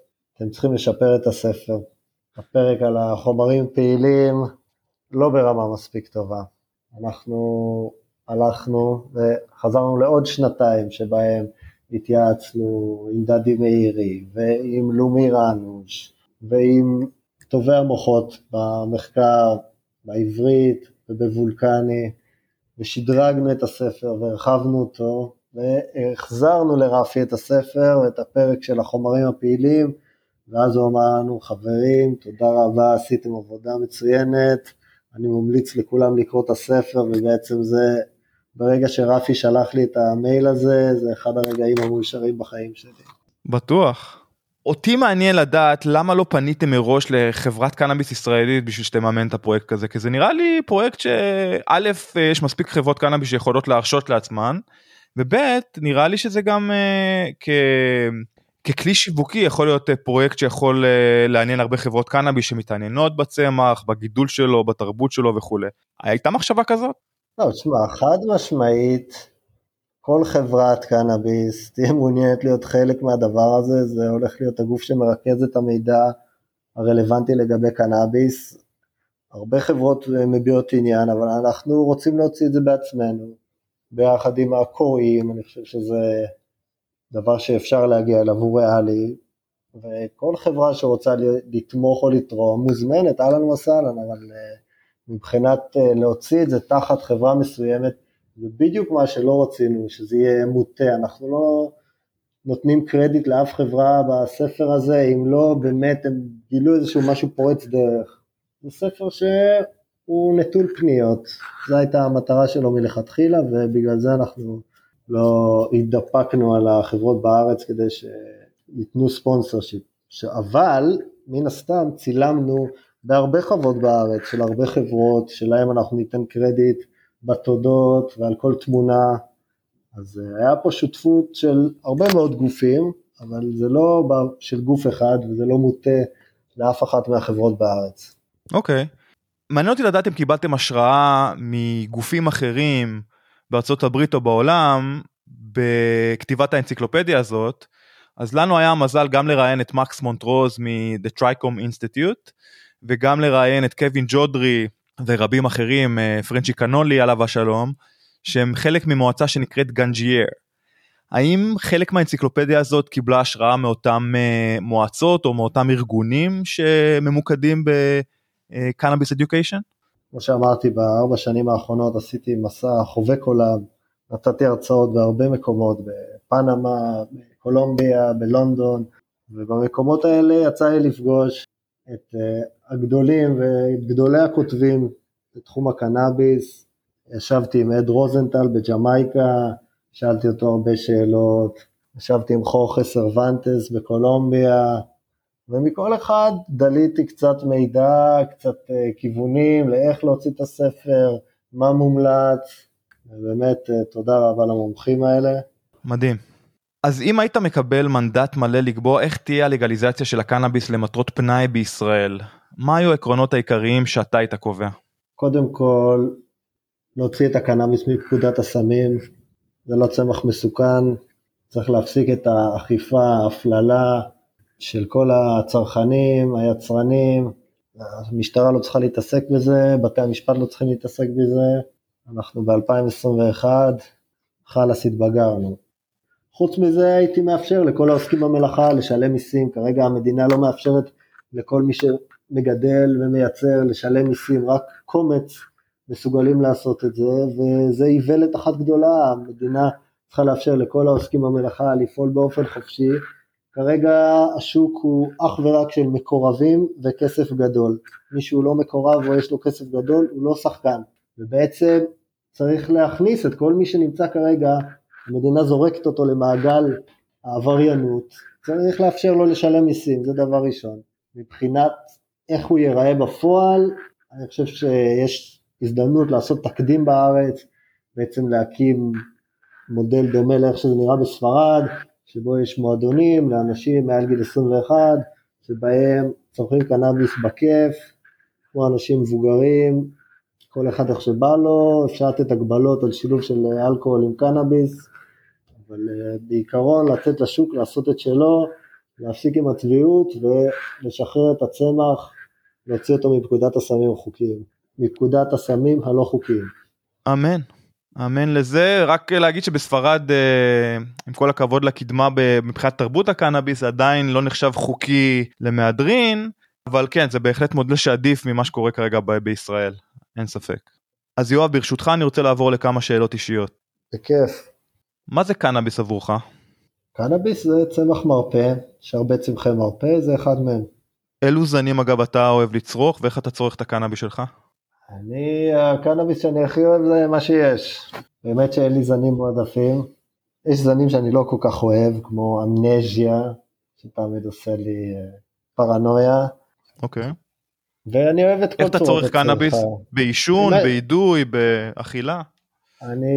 אתם צריכים לשפר את הספר. הפרק על החומרים פעילים לא ברמה מספיק טובה. אנחנו הלכנו וחזרנו לעוד שנתיים שבהם התייעצנו עם דדי מאירי ועם לומי רנוש ועם טובי המוחות במחקר, בעברית ובבולקני, ושדרגנו את הספר והרחבנו אותו, והחזרנו לרפי את הספר ואת הפרק של החומרים הפעילים, ואז הוא אמר לנו, חברים, תודה רבה, עשיתם עבודה מצוינת, אני ממליץ לכולם לקרוא את הספר, ובעצם זה, ברגע שרפי שלח לי את המייל הזה, זה אחד הרגעים המאושרים בחיים שלי. בטוח. אותי מעניין לדעת למה לא פניתם מראש לחברת קנאביס ישראלית בשביל שתממן את הפרויקט הזה, כי זה נראה לי פרויקט שא' יש מספיק חברות קנאביס שיכולות להרשות לעצמן, וב' נראה לי שזה גם ככלי שיווקי יכול להיות פרויקט שיכול לעניין הרבה חברות קנאביס שמתעניינות בצמח, בגידול שלו, בתרבות שלו וכו'. הייתה מחשבה כזאת? לא, תשמע, חד משמעית, כל חברת קנאביס תהיה מעוניינת להיות חלק מהדבר הזה, זה הולך להיות הגוף שמרכז את המידע הרלוונטי לגבי קנאביס, הרבה חברות מביעות עניין, אבל אנחנו רוצים להוציא את זה בעצמנו, ביחד עם הקוראים, אני חושב שזה דבר שאפשר להגיע אליו, הוא ריאלי, וכל חברה שרוצה לתמוך או לתרום, מוזמנת, אהלן וסהלן, אבל מבחינת להוציא את זה תחת חברה מסוימת, זה בדיוק מה שלא רצינו, שזה יהיה מוטה, אנחנו לא נותנים קרדיט לאף חברה בספר הזה, אם לא באמת הם גילו איזשהו משהו פורץ דרך, זה ספר שהוא נטול פניות, זו הייתה המטרה שלו מלכתחילה, ובגלל זה אנחנו לא התדפקנו על החברות בארץ, כדי שיתנו ספונסרשיפ, אבל מן הסתם צילמנו בהרבה חוות בארץ, של הרבה חברות, שלהם אנחנו ניתן קרדיט, בתודות ועל כל תמונה, אז היה פה שותפות של הרבה מאוד גופים, אבל זה לא של גוף אחד, וזה לא מוטה לאף אחת מהחברות בארץ. אוקיי. מעניין אותי לדעת אם קיבלתם השראה מגופים אחרים, בארצות הברית או בעולם, בכתיבת האנציקלופדיה הזאת, אז לנו היה המזל גם לראיין את מקס מונטרוז מ-The Trichome Institute, וגם לראיין את קווין ג'ודרי, ורבים אחרים, פרנצ'י קנולי עליו השלום, שהם חלק ממועצה שנקראת גנג'ייר. האם חלק מהאנציקלופדיה הזאת קיבלה השראה מאותם מועצות, או מאותם ארגונים שממוקדים בקנאביס אדיוקיישן? כמו שאמרתי, ב4 שנים האחרונות עשיתי מסע חובק עולם, נתתי הרצאות בהרבה מקומות, בפנמה, בקולומביה, בלונדון, ובמקומות האלה יצא לי לפגוש את הגדולים וגדולי הכותבים בתחום הקנאביס, ישבתי עם אד רוזנטל בג'מייקה, שאלתי אותו הרבה שאלות, ישבתי עם חורכה סרוונטס בקולומביה, ומכל אחד דליתי קצת מידע, קצת כיוונים לאיך להוציא את הספר, מה מומלץ, ובאמת תודה רבה למומחים האלה. מדהים. אז אם היית מקבל מנדט מלא לקבוע איך תהיה הלגליזציה של הקנאביס למטרות פנאי בישראל, מה היו העקרונות העיקריים שאתה היית קובע? קודם כל, להוציא את הקנאביס מפקודת הסמים, זה לא צמח מסוכן, צריך להפסיק את האכיפה, ההפללה של כל הצרכנים, היצרנים, המשטרה לא צריכה להתעסק בזה, בתי המשפט לא צריכים להתעסק בזה, אנחנו ב-2021, חלס התבגרנו. חוץ מזה הייתי מאפשר לכל העוסקים במלאכה לשלם מיסים, כרגע המדינה לא מאפשרת לכל מי שמגדל ומייצר לשלם מיסים, רק קומץ מסוגלים לעשות את זה, וזה איוולת אחת גדולה, המדינה צריכה לאפשר לכל העוסקים במלאכה לפעול באופן חופשי, כרגע השוק הוא אך ורק של מקורבים וכסף גדול, מי שהוא לא מקורב או יש לו כסף גדול הוא לא שחקן, ובעצם צריך להכניס את כל מי שנמצא כרגע, המדינה זורקת אותו למעגל העבריינות, צריך לאפשר לו לשלם מיסים, זה דבר ראשון. מבחינת איך הוא ייראה בפועל, אני חושב שיש הזדמנות לעשות תקדים בארץ, בעצם להקים מודל דומה לאיך שזה נראה בספרד, שבו יש מועדונים לאנשים מעל גיל 21, שבהם צורכים קנאביס בכיף, כמו אנשים מבוגרים, כל אחד איך שבא לו, אפשר לתת הגבלות על שילוב של אלכוהול עם קנאביס, אבל בעיקרון לתת לשוק לעשות את שלו, להפסיק עם הצביעות ולשחרר את הצמח, להוציא אותו מפקודת הסמים החוקיים, מפקודת הסמים הלא חוקיים. אמן. אמן לזה. רק להגיד שבספרד, עם כל הכבוד לקדמה מבחינת תרבות הקנאביס, עדיין לא נחשב חוקי למהדרין, אבל כן, זה בהחלט מודל שעדיף ממה שקורה כרגע בישראל, אין ספק. אז יואב, ברשותך אני רוצה לעבור לכמה שאלות אישיות. בכיף. מה זה קנאביס עבורך? קנאביס זה צמח מרפא, יש הרבה צמחי מרפא, זה אחד מהם. אילו זנים אגב אתה אוהב לצרוך, ואיך אתה צורך את הקנאביס שלך? הקנאביס שאני הכי אוהב זה מה שיש. באמת שאין לי זנים מועדפים. יש זנים שאני לא כל כך אוהב, כמו אמנזיה, שתמיד עושה לי פרנויה. אוקיי. ואני אוהב את כל איך אתה צורך קנאביס? באישון, באידוי, באכילה? אני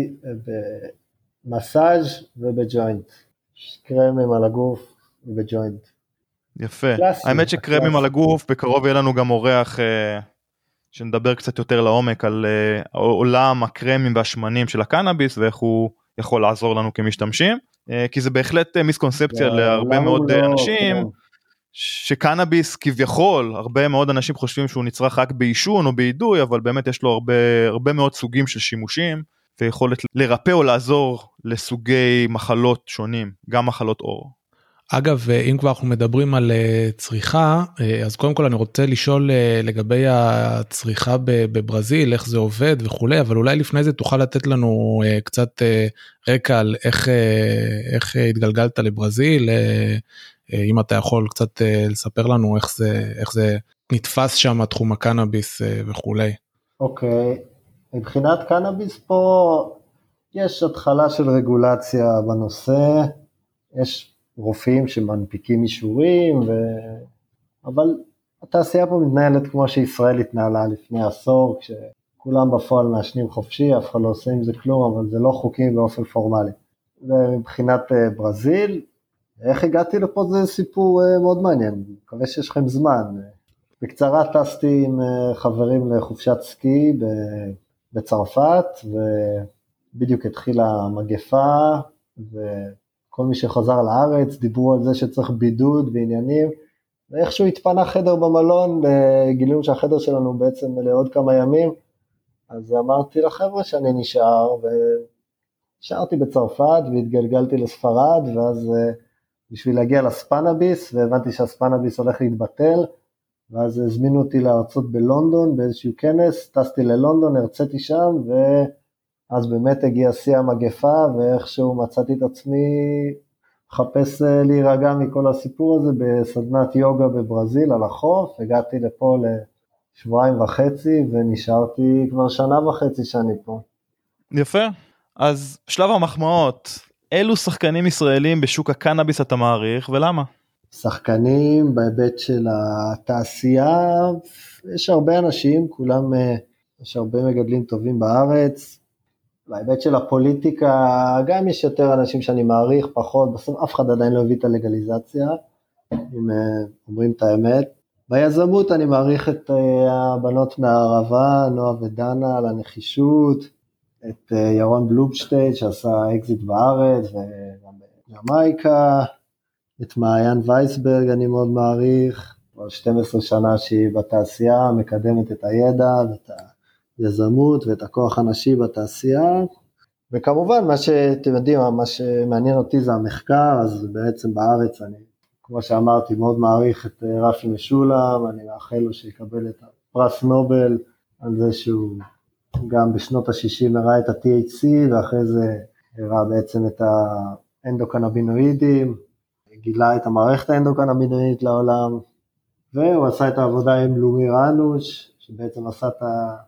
במסאז' ובג'וינט. קרמים על הגוף ובג'וינט. יפה. האמת שקרמים על הגוף, בקרוב יהיה לנו גם אורח שנדבר קצת יותר לעומק על עולם הקרמים והשמנים של הקנאביס, ואיך הוא יכול לעזור לנו כמשתמשים, כי זה בהחלט מיסקונספציה להרבה מאוד אנשים, שקנאביס כביכול, הרבה מאוד אנשים חושבים שהוא נצרך רק באישון או באידוי, אבל באמת יש לו הרבה מאוד סוגים של שימושים, ויכולת לרפא או לעזור לסוגי מחלות שונים, גם מחלות עור. אגב, אם כבר אנחנו מדברים על צריכה, אז קודם כל אני רוצה לשאול לגבי הצריכה בברזיל, איך זה עובד וכולי, אבל אולי לפני זה תוכל לתת לנו קצת רקע על איך התגלגלת לברזיל, אם אתה יכול קצת לספר לנו איך זה נתפס שם תחום הקנאביס וכולי. אוקיי, מבחינת קנאביס פה יש התחלה של רגולציה בנושא, יש רופאים שמנפיקים אישורים, אבל התעשייה פה מתנהלת כמו שישראל התנהלה לפני עשור, כשכולם בפועל מעשנים חופשי, אף אחד לא עושה עם זה כלום, אבל זה לא חוקי באופן פורמלי. ומבחינת ברזיל, איך הגעתי לפה זה סיפור מאוד מעניין, מקווה שיש לכם זמן. בקצרה טסתי עם חברים לחופשת סקי בצרפת, ובדיוק התחילה המגפה, כל מי שחזר לארץ דיברו על זה שצריך בידוד בעניינים, ואיכשהו התפנה חדר במלון, גילינו שהחדר שלנו בעצם לעוד כמה ימים, אז אמרתי לחבר'ה שאני נשאר, ונשארתי בצרפת והתגלגלתי לספרד, ואז בשביל להגיע לספנאביס, והבנתי שהספנאביס הולך להתבטל, ואז הזמינו אותי להרצות בלונדון באיזשהו כנס, טסתי ללונדון, הרציתי שם, אז באמת הגיע שיא המגפה, ואיכשהו מצאתי את עצמי מחפש להירגע מכל הסיפור הזה, בסדנת יוגה בברזיל על החוף, הגעתי לפה לשבועיים וחצי, ונשארתי כבר שנה וחצי שאני פה. יפה, אז שלב המחמאות, אילו שחקנים ישראלים בשוק הקנאביס אתה מעריך, ולמה? שחקנים בהיבט של התעשייה, יש הרבה אנשים, כולם, יש הרבה מגדלים טובים בארץ, בהיבט של הפוליטיקה, גם יש יותר אנשים שאני מעריך, פחות, בסוף אף אחד עדיין לא הביא את הלגליזציה, אם אומרים את האמת. ביזמות אני מעריך את הבנות מהערבה, נועה ודנה על הנחישות, את ירון בלובשטייט שעשה אקזיט בארץ, וגם בג'מייקה, את מעיין וייסברג אני מאוד מעריך, כבר 12 שנה שהיא בתעשייה, מקדמת את הידע ואת היזמות ואת הכוח הנשי בתעשייה, וכמובן מה שאתם יודעים, מה שמעניין אותי זה המחקר, אז בעצם בארץ אני, כמו שאמרתי, מאוד מעריך את רפי משולם, אני מאחל לו שיקבל את הפרס נובל, על זה שהוא גם בשנות ה-60 הראה את ה-THC, ואחרי זה הראה בעצם את האנדוקנבינואידים, גילה את המערכת האנדוקנבינואידית לעולם, והוא עשה את העבודה עם לומי רנוש, שבעצם עשה את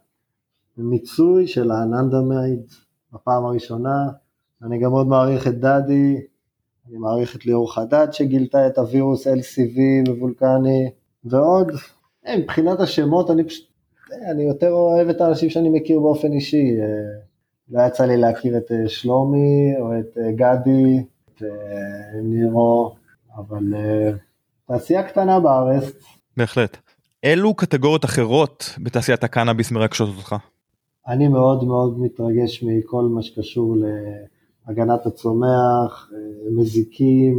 המיצוי של האננדמייד בפעם הראשונה. אני גם מאוד מעריך את דדי, אני מעריך את ליאור חדד שגילתה את הווירוס LCV ווולקני, ועוד, מבחינת השמות אני יותר אוהב את האנשים שאני מכיר באופן אישי, לא יצא לי להכיר את שלומי או את גדי, את נירו, אבל תעשייה קטנה בארץ. בהחלט. אילו קטגוריות אחרות בתעשיית הקנאביס מרגשות אותך? אני מאוד מאוד מתרגש מכל מה שקשור להגנת הצומח, מזיקים,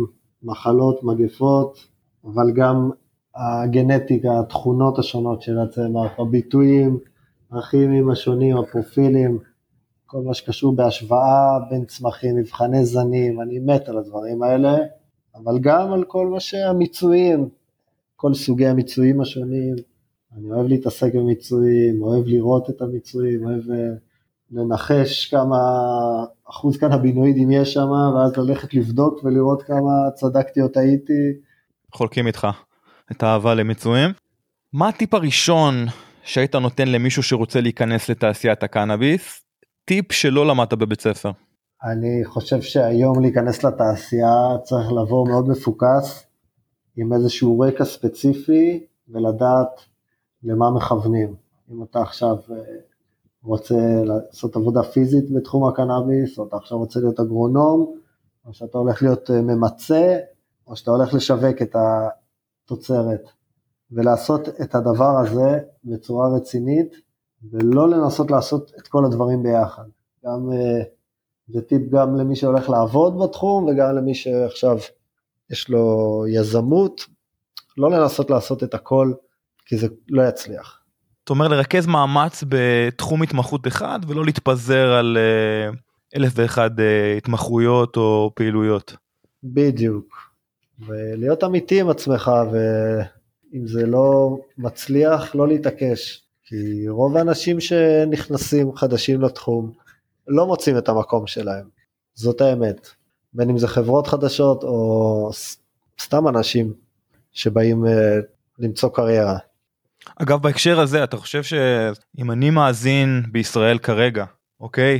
מחלות, מגפות, אבל גם הגנטיקה, התכונות השונות של הצמח, הביטויים, הכימיים השונים, הפרופילים, כל מה שקשור בהשוואה בין צמחים, מבחני זנים, אני מת על הדברים האלה, אבל גם על כל מה שהמיצויים, כל סוגי המיצויים השונים, אני אוהב להתעסק במיצויים, אוהב לראות את המיצויים, אוהב לנחש כמה אחוז קנבינואידים יש שם, ואז ללכת לבדוק ולראות כמה צדקתי או טעיתי. חולקים איתך את האהבה למיצויים. מה הטיפ הראשון שהיית נותן למישהו שרוצה להיכנס לתעשיית הקנאביס? טיפ שלא למדת בבית ספר. אני חושב שהיום להיכנס לתעשייה צריך לבוא מאוד מפוקס, עם איזשהו רקע ספציפי, ולדעת למה מכוונים. אם אתה עכשיו רוצה לעשות עבודה פיזית בתחום הקנאביס, או אתה עכשיו רוצה להיות אגרונום, או שאתה הולך להיות ממצא, או שאתה הולך לשווק את התוצרת, ולעשות את הדבר הזה בצורה רצינית, ולא לנסות לעשות את כל הדברים ביחד. גם זה טיפ גם למי שהולך לעבוד בתחום, וגם למי שעכשיו יש לו יזמות, לא לנסות לעשות את הכל, כי זה לא יצליח. זאת אומרת, לרכז מאמץ בתחום התמחות אחד, ולא להתפזר על 1001 התמחויות או פעילויות. בדיוק. ולהיות אמיתי עם עצמך, ואם זה לא מצליח, לא להתעקש. כי רוב האנשים שנכנסים חדשים לתחום, לא מוצאים את המקום שלהם. זאת האמת. בין אם זה חברות חדשות, או סתם אנשים שבאים למצוא קריירה. אגב, בהקשר הזה, אתה חושב שאם אני מאזין בישראל כרגע, אוקיי,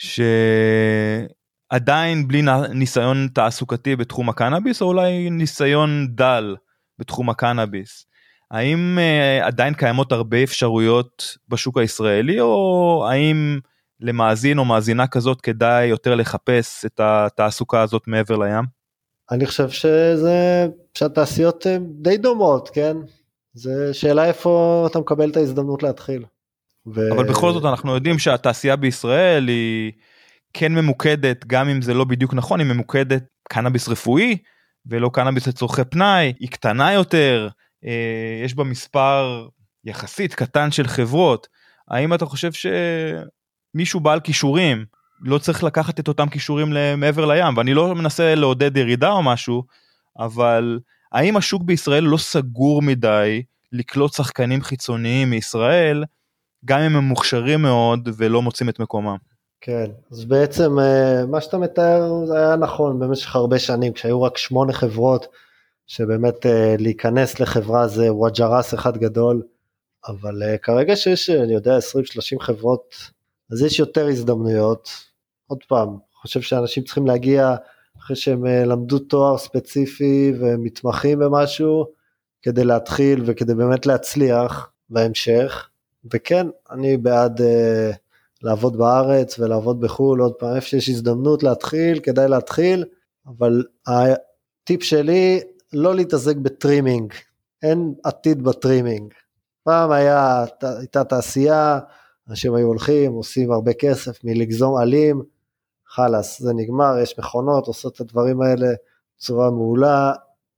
שעדיין בלי ניסיון תעסוקתי בתחום הקנאביס, או אולי ניסיון דל בתחום הקנאביס, האם עדיין קיימות הרבה אפשרויות בשוק הישראלי, או האם למאזין או מאזינה כזאת כדאי יותר לחפש את התעסוקה הזאת מעבר לים? אני חושב שהתעשיות די דומות, כן? זה שאלה איפה אתה מקבל את ההזדמנות להתחיל. אבל בכל זאת אנחנו יודעים שהתעשייה בישראל היא כן ממוקדת, גם אם זה לא בדיוק נכון, היא ממוקדת קנאביס רפואי, ולא קנאביס לצורכי פנאי, היא קטנה יותר, יש בה מספר יחסית קטן של חברות. האם אתה חושב שמישהו בעל כישורים, לא צריך לקחת את אותם כישורים מעבר לים, ואני לא מנסה לעודד ירידה או משהו, אבל האם השוק בישראל לא סגור מדי לקלוט שחקנים חיצוניים מישראל, גם אם הם מוכשרים מאוד ולא מוצאים את מקומם? כן, אז בעצם מה שאתה מתאר זה היה נכון במשך הרבה שנים, כשהיו רק 8 חברות, שבאמת להיכנס לחברה זה וג'רס אחד גדול, אבל כרגע שיש, אני יודע, 20-30 חברות, אז יש יותר הזדמנויות. עוד פעם, חושב שאנשים צריכים להגיע אחרי שהם למדו תואר ספציפי ומתמחים במשהו, כדי להתחיל וכדי באמת להצליח בהמשך. וכן, אני בעד לעבוד בארץ ולעבוד בחול, עוד פעם, איפה שיש הזדמנות להתחיל, כדאי להתחיל, אבל הטיפ שלי, לא להתעסק בטרימינג, אין עתיד בטרימינג. פעם הייתה תעשייה, אנשים היו הולכים, עושים הרבה כסף מלגזום עלים, חלס, זה נגמר, יש מכונות, עושות את הדברים האלה בצורה מעולה,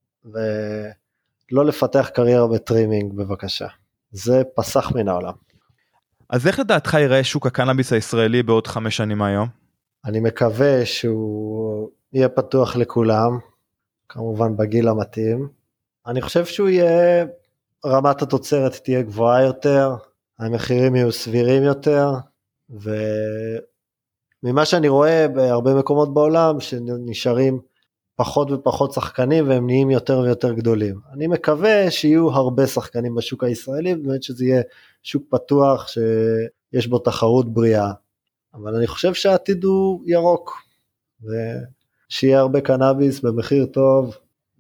ולא לפתח קריירה בטרימינג בבקשה, זה פסח מן העולם. אז איך לדעתך ייראה שוק הקנאביס הישראלי בעוד 5 שנים היום? אני מקווה שהוא יהיה פתוח לכולם, כמובן בגיל המתאים, אני חושב שהוא יהיה, רמת התוצרת תהיה גבוהה יותר, המחירים יהיו סבירים יותר, וממה שאני רואה בהרבה מקומות בעולם, שנשארים פחות ופחות שחקנים, והם נהיים יותר ויותר גדולים. אני מקווה שיהיו הרבה שחקנים בשוק הישראלי, באמת שזה יהיה שוק פתוח, שיש בו תחרות בריאה, אבל אני חושב שהעתיד הוא ירוק, ושיהיה הרבה קנאביס במחיר טוב,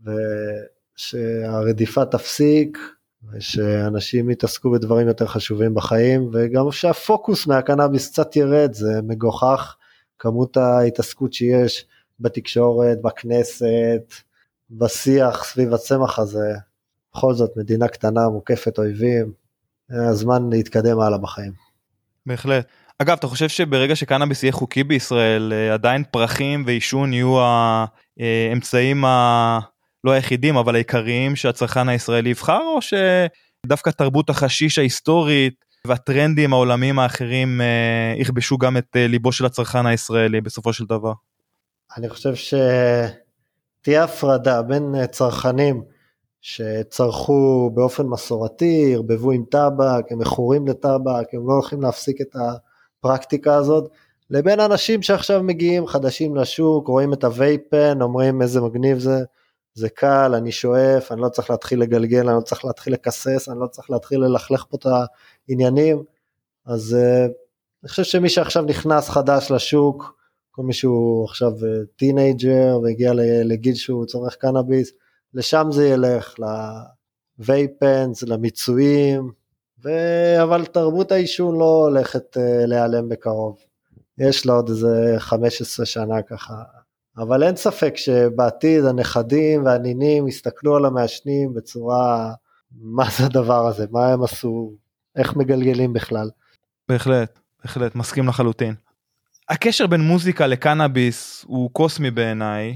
ושהרדיפה תפסיק, ושאנשים יתעסקו בדברים יותר חשובים בחיים, וגם שהפוקוס מהקנאביס קצת ירד, זה מגוחך, כמות ההתעסקות שיש בתקשורת, בכנסת, בשיח סביב הצמח הזה, בכל זאת מדינה קטנה מוקפת אויבים, הזמן להתקדם הלאה בחיים. בהחלט. אגב, אתה חושב שברגע שקנאביס יהיה חוקי בישראל, עדיין פרחים ועישון יהיו האמצעים לא היחידים, אבל העיקריים שהצרכן הישראלי יבחר, או שדווקא תרבות החשיש ההיסטורית והטרנדים העולמיים האחרים יכבשו גם את ליבו של הצרכן הישראלי בסופו של דבר? אני חושב שתהיה הפרדה בין צרכנים שצרכו באופן מסורתי, הרבבו עם טבק, הם מכורים לטבק, הם לא הולכים להפסיק את הפרקטיקה הזאת, לבין אנשים שעכשיו מגיעים חדשים לשוק, רואים את הווייפן, אומרים איזה מגניב זה קל, אני שואף, אני לא צריך להתחיל לגלגל, אני לא צריך להתחיל לקסס, אני לא צריך להתחיל ללכלך פה את העניינים, אז אני חושב שמי שעכשיו נכנס חדש לשוק, כל מישהו עכשיו טינג'ר, והגיע לגיל שהוא צורך קנאביס, לשם זה ילך, לווייפנס, למיצויים, אבל תרבות העישון לא הולכת להיעלם בקרוב, יש לה עוד איזה 15 שנה ככה, אבל אין ספק שבעתיד הנכדים והנינים יסתכלו על המעשנים בצורה, מה זה הדבר הזה, מה הם עשו, איך מגלגלים בכלל. בהחלט, בהחלט, מסכים לחלוטין. הקשר בין מוזיקה לקנאביס הוא קוסמי בעיניי,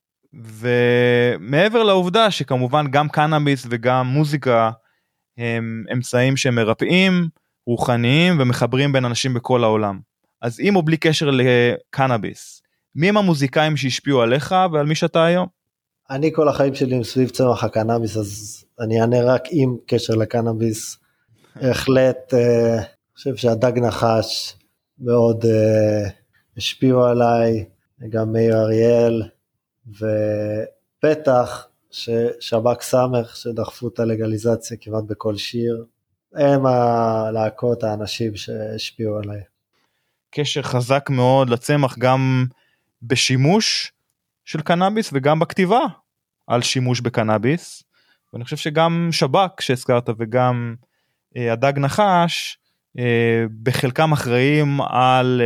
ומעבר לעובדה שכמובן גם קנאביס וגם מוזיקה הם אמצעים שמרפאים, רוחניים ומחברים בין אנשים בכל העולם. אז עם או בלי קשר לקנאביס, מי הם המוזיקאים שהשפיעו עליך ועל מי שאתה היום? אני כל החיים שלי סביב צמח הקנאביס, אז אני אענה רק עם קשר לקנאביס. בהחלט, אני חושב שהדג נחש מאוד השפיעו עליי, גם מאיר אריאל, ובטח ששב"כ סמך שדחפו את הלגליזציה כמעט בכל שיר, הם הלהקות, האנשים שהשפיעו עליי. קשר חזק מאוד לצמח גם בשימוש של קנאביס וגם בכתיבה על שימוש בקנאביס, ואני חושב שגם שב"כ שהזכרת וגם הדג נחש בחלקם אחראים על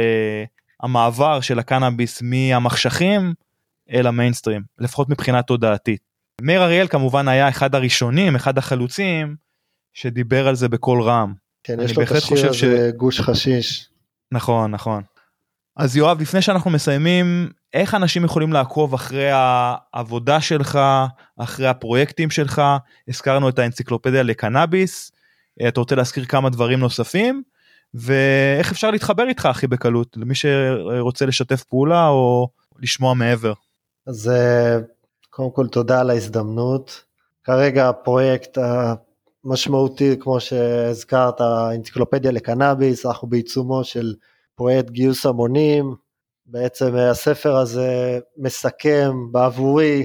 המעבר של הקנאביס מהמחשכים אל המיינסטרים, לפחות מבחינה תודעתית. מאיר אריאל כמובן היה אחד הראשונים, אחד החלוצים שדיבר על זה בכל רעם. כן, יש לו את השיר הזה גוש חשיש. נכון, נכון. אז יואב, לפני שאנחנו מסיימים, איך אנשים יכולים לעקוב אחרי העבודה שלך, אחרי הפרויקטים שלך? הזכרנו את האנציקלופדיה לקנאביס, אתה רוצה להזכיר כמה דברים נוספים, ואיך אפשר להתחבר איתך הכי בקלות, למי שרוצה לשתף פעולה או לשמוע מעבר? אז קודם כל תודה על ההזדמנות. כרגע הפרויקט המשמעותי, כמו שהזכרת, האנציקלופדיה לקנאביס, אנחנו בעיצומו של פרויקט גיוס המונים, בעצם הספר הזה מסכם בעבורי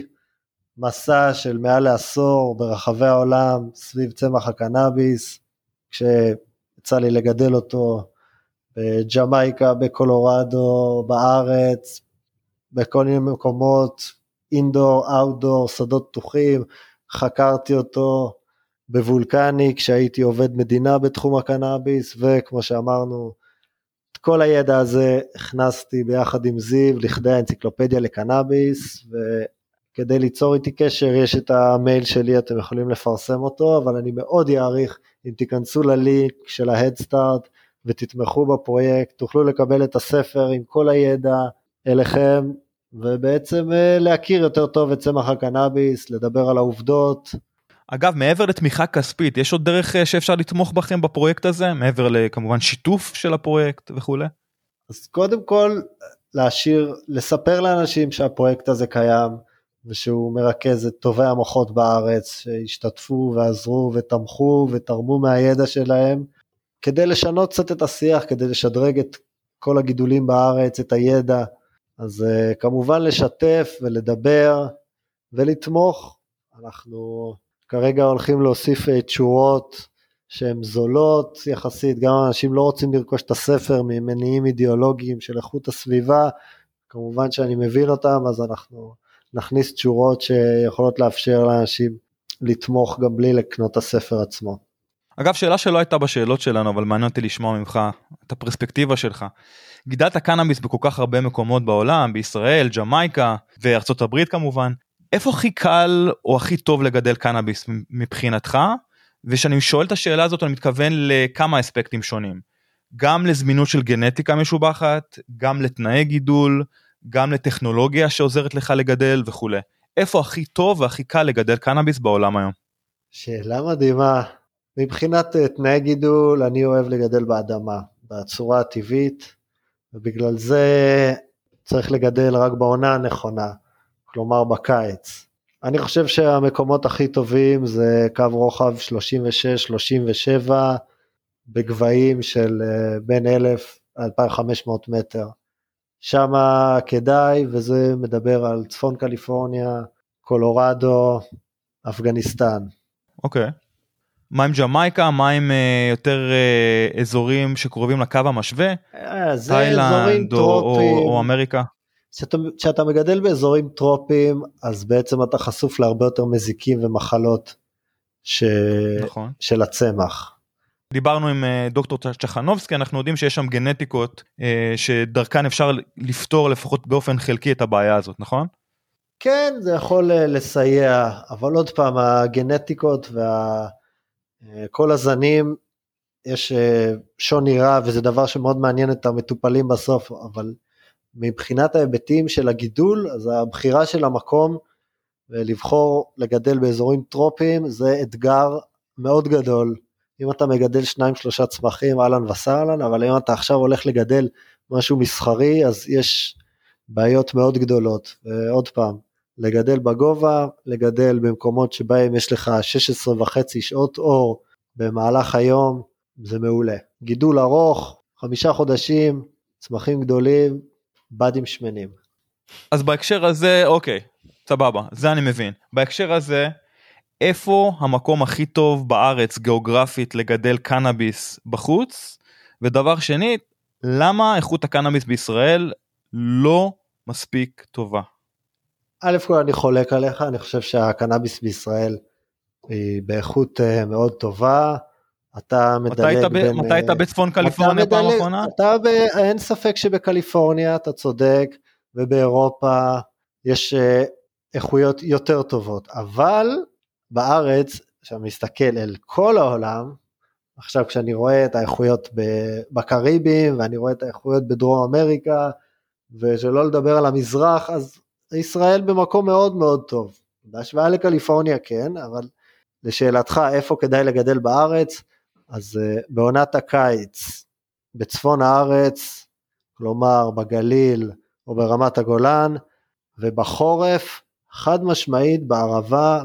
מסע של מעל לעשור ברחבי העולם סביב צמח הקנאביס, כשיצא לי לגדל אותו בג'מייקה, בקולורדו, בארץ, בכל מיני מקומות, אינדור, אאוטדור, שדות פתוחים, חקרתי אותו בוולקני כשהייתי עובד מדינה בתחום הקנאביס, וכמו שאמרנו, את כל הידע הזה הכנסתי ביחד עם זיו לכדי האנציקלופדיה לקנאביס, וכדי ליצור איתי קשר יש את המייל שלי, אתם יכולים לפרסם אותו, אבל אני מאוד יעריך אם תיכנסו ללינק של ההדסטארט ותתמכו בפרויקט, תוכלו לקבל את הספר עם כל הידע אליכם, ובעצם להכיר יותר טוב את צמח הקנאביס, לדבר על העובדות. אגב, מעבר לתמיכה כספית, יש עוד דרך שאפשר לתמוך בכם בפרויקט הזה, מעבר לכמובן שיתוף של הפרויקט וכו'? אז קודם כל, לספר לאנשים שהפרויקט הזה קיים, ושהוא מרכז את טובי המוחות בארץ, שהשתתפו ועזרו ותמכו ותרמו מהידע שלהם, כדי לשנות קצת את השיח, כדי לשדרג את כל הגידולים בארץ, את הידע, אז כמובן לשתף ולדבר ולתמוך. אנחנו כרגע הולכים להוסיף תשורות שהן זולות יחסית, גם אנשים לא רוצים לרכוש את הספר ממניעים אידיאולוגיים של איכות הסביבה, כמובן שאני מבין אותם, אז אנחנו נכניס תשורות שיכולות לאפשר לאנשים לתמוך גם בלי לקנות את הספר עצמו. אגב, שאלה שלא הייתה בשאלות שלנו, אבל מעניין אותי לשמוע ממך את הפרספקטיבה שלך. גידלת קנאביס בכל כך הרבה מקומות בעולם, בישראל, ג'מייקה וארצות הברית כמובן. איפה הכי קל או הכי טוב לגדל קנאביס מבחינתך? ושאני שואל את השאלה הזאת, אני מתכוון לכמה אספקטים שונים. גם לזמינות של גנטיקה משובחת, גם לתנאי גידול, גם לטכנולוגיה שעוזרת לך לגדל וכו'. איפה הכי טוב והכי קל לגדל קנאביס בעולם היום? שאלה מדהימה. מבחינת תנאי גידול, אני אוהב לגדל באדמה, בצורה הטבעית, ובגלל זה צריך לגדל רק בעונה הנכונה, כלומר בקיץ. אני חושב שהמקומות הכי טובים זה קו רוחב 36-37, בגבהים של בין 1,000 ל-2,500 מטר. שם כדאי, וזה מדבר על צפון קליפורניה, קולורדו, אפגניסטן. אוקיי. מה עם ג'מייקה? מה עם יותר אזורים שקרובים לקו המשווה? תאילנד או אמריקה? כשאתה מגדל באזורים טרופיים, אז בעצם אתה חשוף להרבה יותר מזיקים ומחלות נכון. של הצמח. דיברנו עם דוקטור צ'חנובסקי, אנחנו יודעים שיש שם גנטיקות שדרכן אפשר לפתור לפחות באופן חלקי את הבעיה הזאת, נכון? כן, זה יכול לסייע, אבל עוד פעם, הגנטיקות וכל הזנים, יש שוני רע, וזה דבר שמאוד מעניין את המטופלים בסוף, אבל מבחינת ההיבטים של הגידול, אז הבחירה של המקום, ולבחור לגדל באזורים טרופיים, זה אתגר מאוד גדול. אם אתה מגדל 2-3 צמחים, אהלן וסהלן, אבל אם אתה עכשיו הולך לגדל משהו מסחרי, אז יש בעיות מאוד גדולות. ועוד פעם, לגדל בגובה, לגדל במקומות שבהם יש לך 16.5 שעות אור במהלך היום, זה מעולה. גידול ארוך, 5 חודשים, צמחים גדולים, בדים שמנים. אז בהקשר הזה, אוקיי, סבבה, זה אני מבין. בהקשר הזה, איפה המקום הכי טוב בארץ גיאוגרפית לגדל קנאביס בחוץ? ודבר שני, למה איכות הקנאביס בישראל לא מספיק טובה? א' כל אני חולק עליך, אני חושב שהקנאביס בישראל היא באיכות מאוד טובה, אתה מדלג בין... מתי היית בצפון קליפורניה פעם האחרונה? אין ספק שבקליפורניה אתה צודק, ובאירופה יש איכויות יותר טובות, אבל בארץ, כשאני מסתכל אל כל העולם, עכשיו כשאני רואה את האיכויות בקריבים, ואני רואה את האיכויות בדרום אמריקה, ושלא לדבר על המזרח, אז ישראל במקום מאוד מאוד טוב. בהשוואה לקליפורניה כן, אבל לשאלתך איפה כדאי לגדל בארץ, אז בעונת הקיץ, בצפון הארץ, כלומר בגליל או ברמת הגולן, ובחורף, חד משמעית בערבה,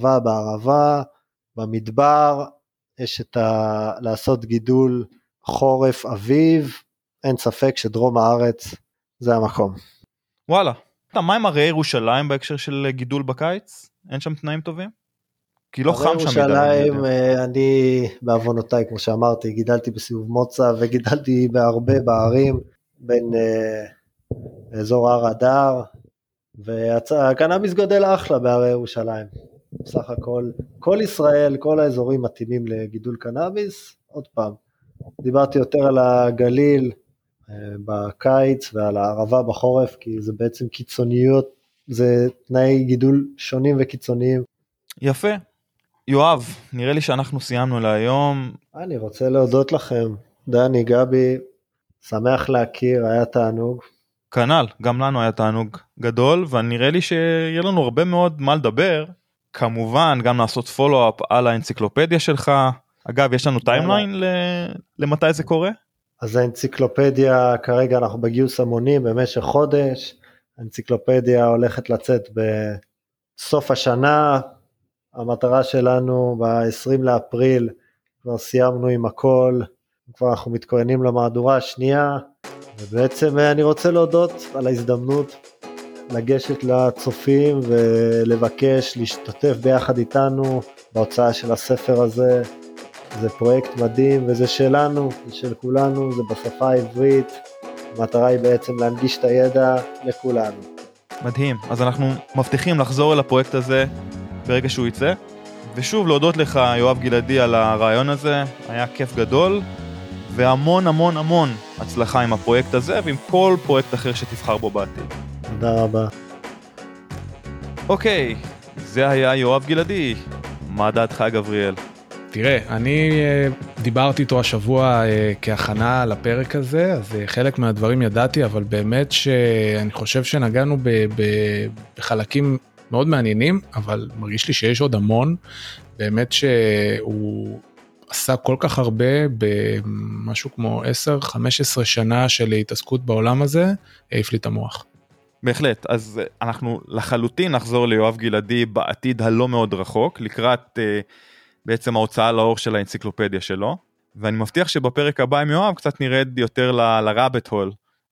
במדבר, יש לעשות גידול חורף אביב, אין ספק שדרום הארץ זה המקום. וואלה, מה עם הרי ירושלים בהקשר של גידול בקיץ? אין שם תנאים טובים? כי לא חם שם מדי. ירושלים, אני בעוונותיי, כמו שאמרתי, גידלתי בסיבוב מוצא, וגידלתי בהרבה בערים, בין אזור הר אדר, והקנאביס גדל אחלה בהרי ירושלים. בסך הכל, כל ישראל, כל האזורים מתאימים לגידול קנאביס. עוד פעם, דיברתי יותר על הגליל בקיץ ועל הערבה בחורף, כי זה בעצם קיצוניות, זה תנאי גידול שונים וקיצוניים. יפה. יואב, נראה לי שאנחנו סיימנו להיום. אני רוצה להודות לכם, דני, גבי, שמח להכיר, היה תענוג. כנ"ל, גם לנו היה תענוג גדול, ונראה לי שיהיה לנו הרבה מאוד מה לדבר, כמובן גם לעשות פולו-אפ על האנציקלופדיה שלך. אגב, יש לנו טיימליין למתי זה קורה? אז האנציקלופדיה, כרגע אנחנו בגיוס המונים במשך חודש, האנציקלופדיה הולכת לצאת בסוף השנה, המטרה שלנו ב-20 לאפריל, כבר סיימנו עם הכל, כבר אנחנו מתכוננים למהדורה השנייה, ובעצם אני רוצה להודות על ההזדמנות לגשת לצופים ולבקש להשתתף ביחד איתנו בהוצאה של הספר הזה. זה פרויקט מדהים וזה שלנו, זה של כולנו, זה בשפה העברית, המטרה היא בעצם להנגיש את הידע לכולנו. מדהים, אז אנחנו מבטיחים לחזור אל הפרויקט הזה ברגע שהוא יצא, ושוב להודות לך יואב גלעדי על הרעיון הזה, היה כיף גדול, והמון המון המון הצלחה עם הפרויקט הזה ועם כל פרויקט אחר שתבחר בו בעתיד. תודה רבה. אוקיי, זה היה יואב גלעדי, מה דעתך גבריאל? תראה, אני דיברתי איתו השבוע כהכנה לפרק הזה, אז חלק מהדברים ידעתי, אבל באמת שאני חושב שנגענו בחלקים מאוד מעניינים, אבל מרגיש לי שיש עוד המון, באמת שהוא עשה כל כך הרבה במשהו כמו 10-15 שנה של התעסקות בעולם הזה, העיף לי את המוח. בהחלט, אז אנחנו לחלוטין נחזור ליואב גלעדי בעתיד הלא מאוד רחוק, לקראת בעצם ההוצאה לאור של האנציקלופדיה שלו, ואני מבטיח שבפרק הבא עם יואב קצת נרד יותר לרבט הול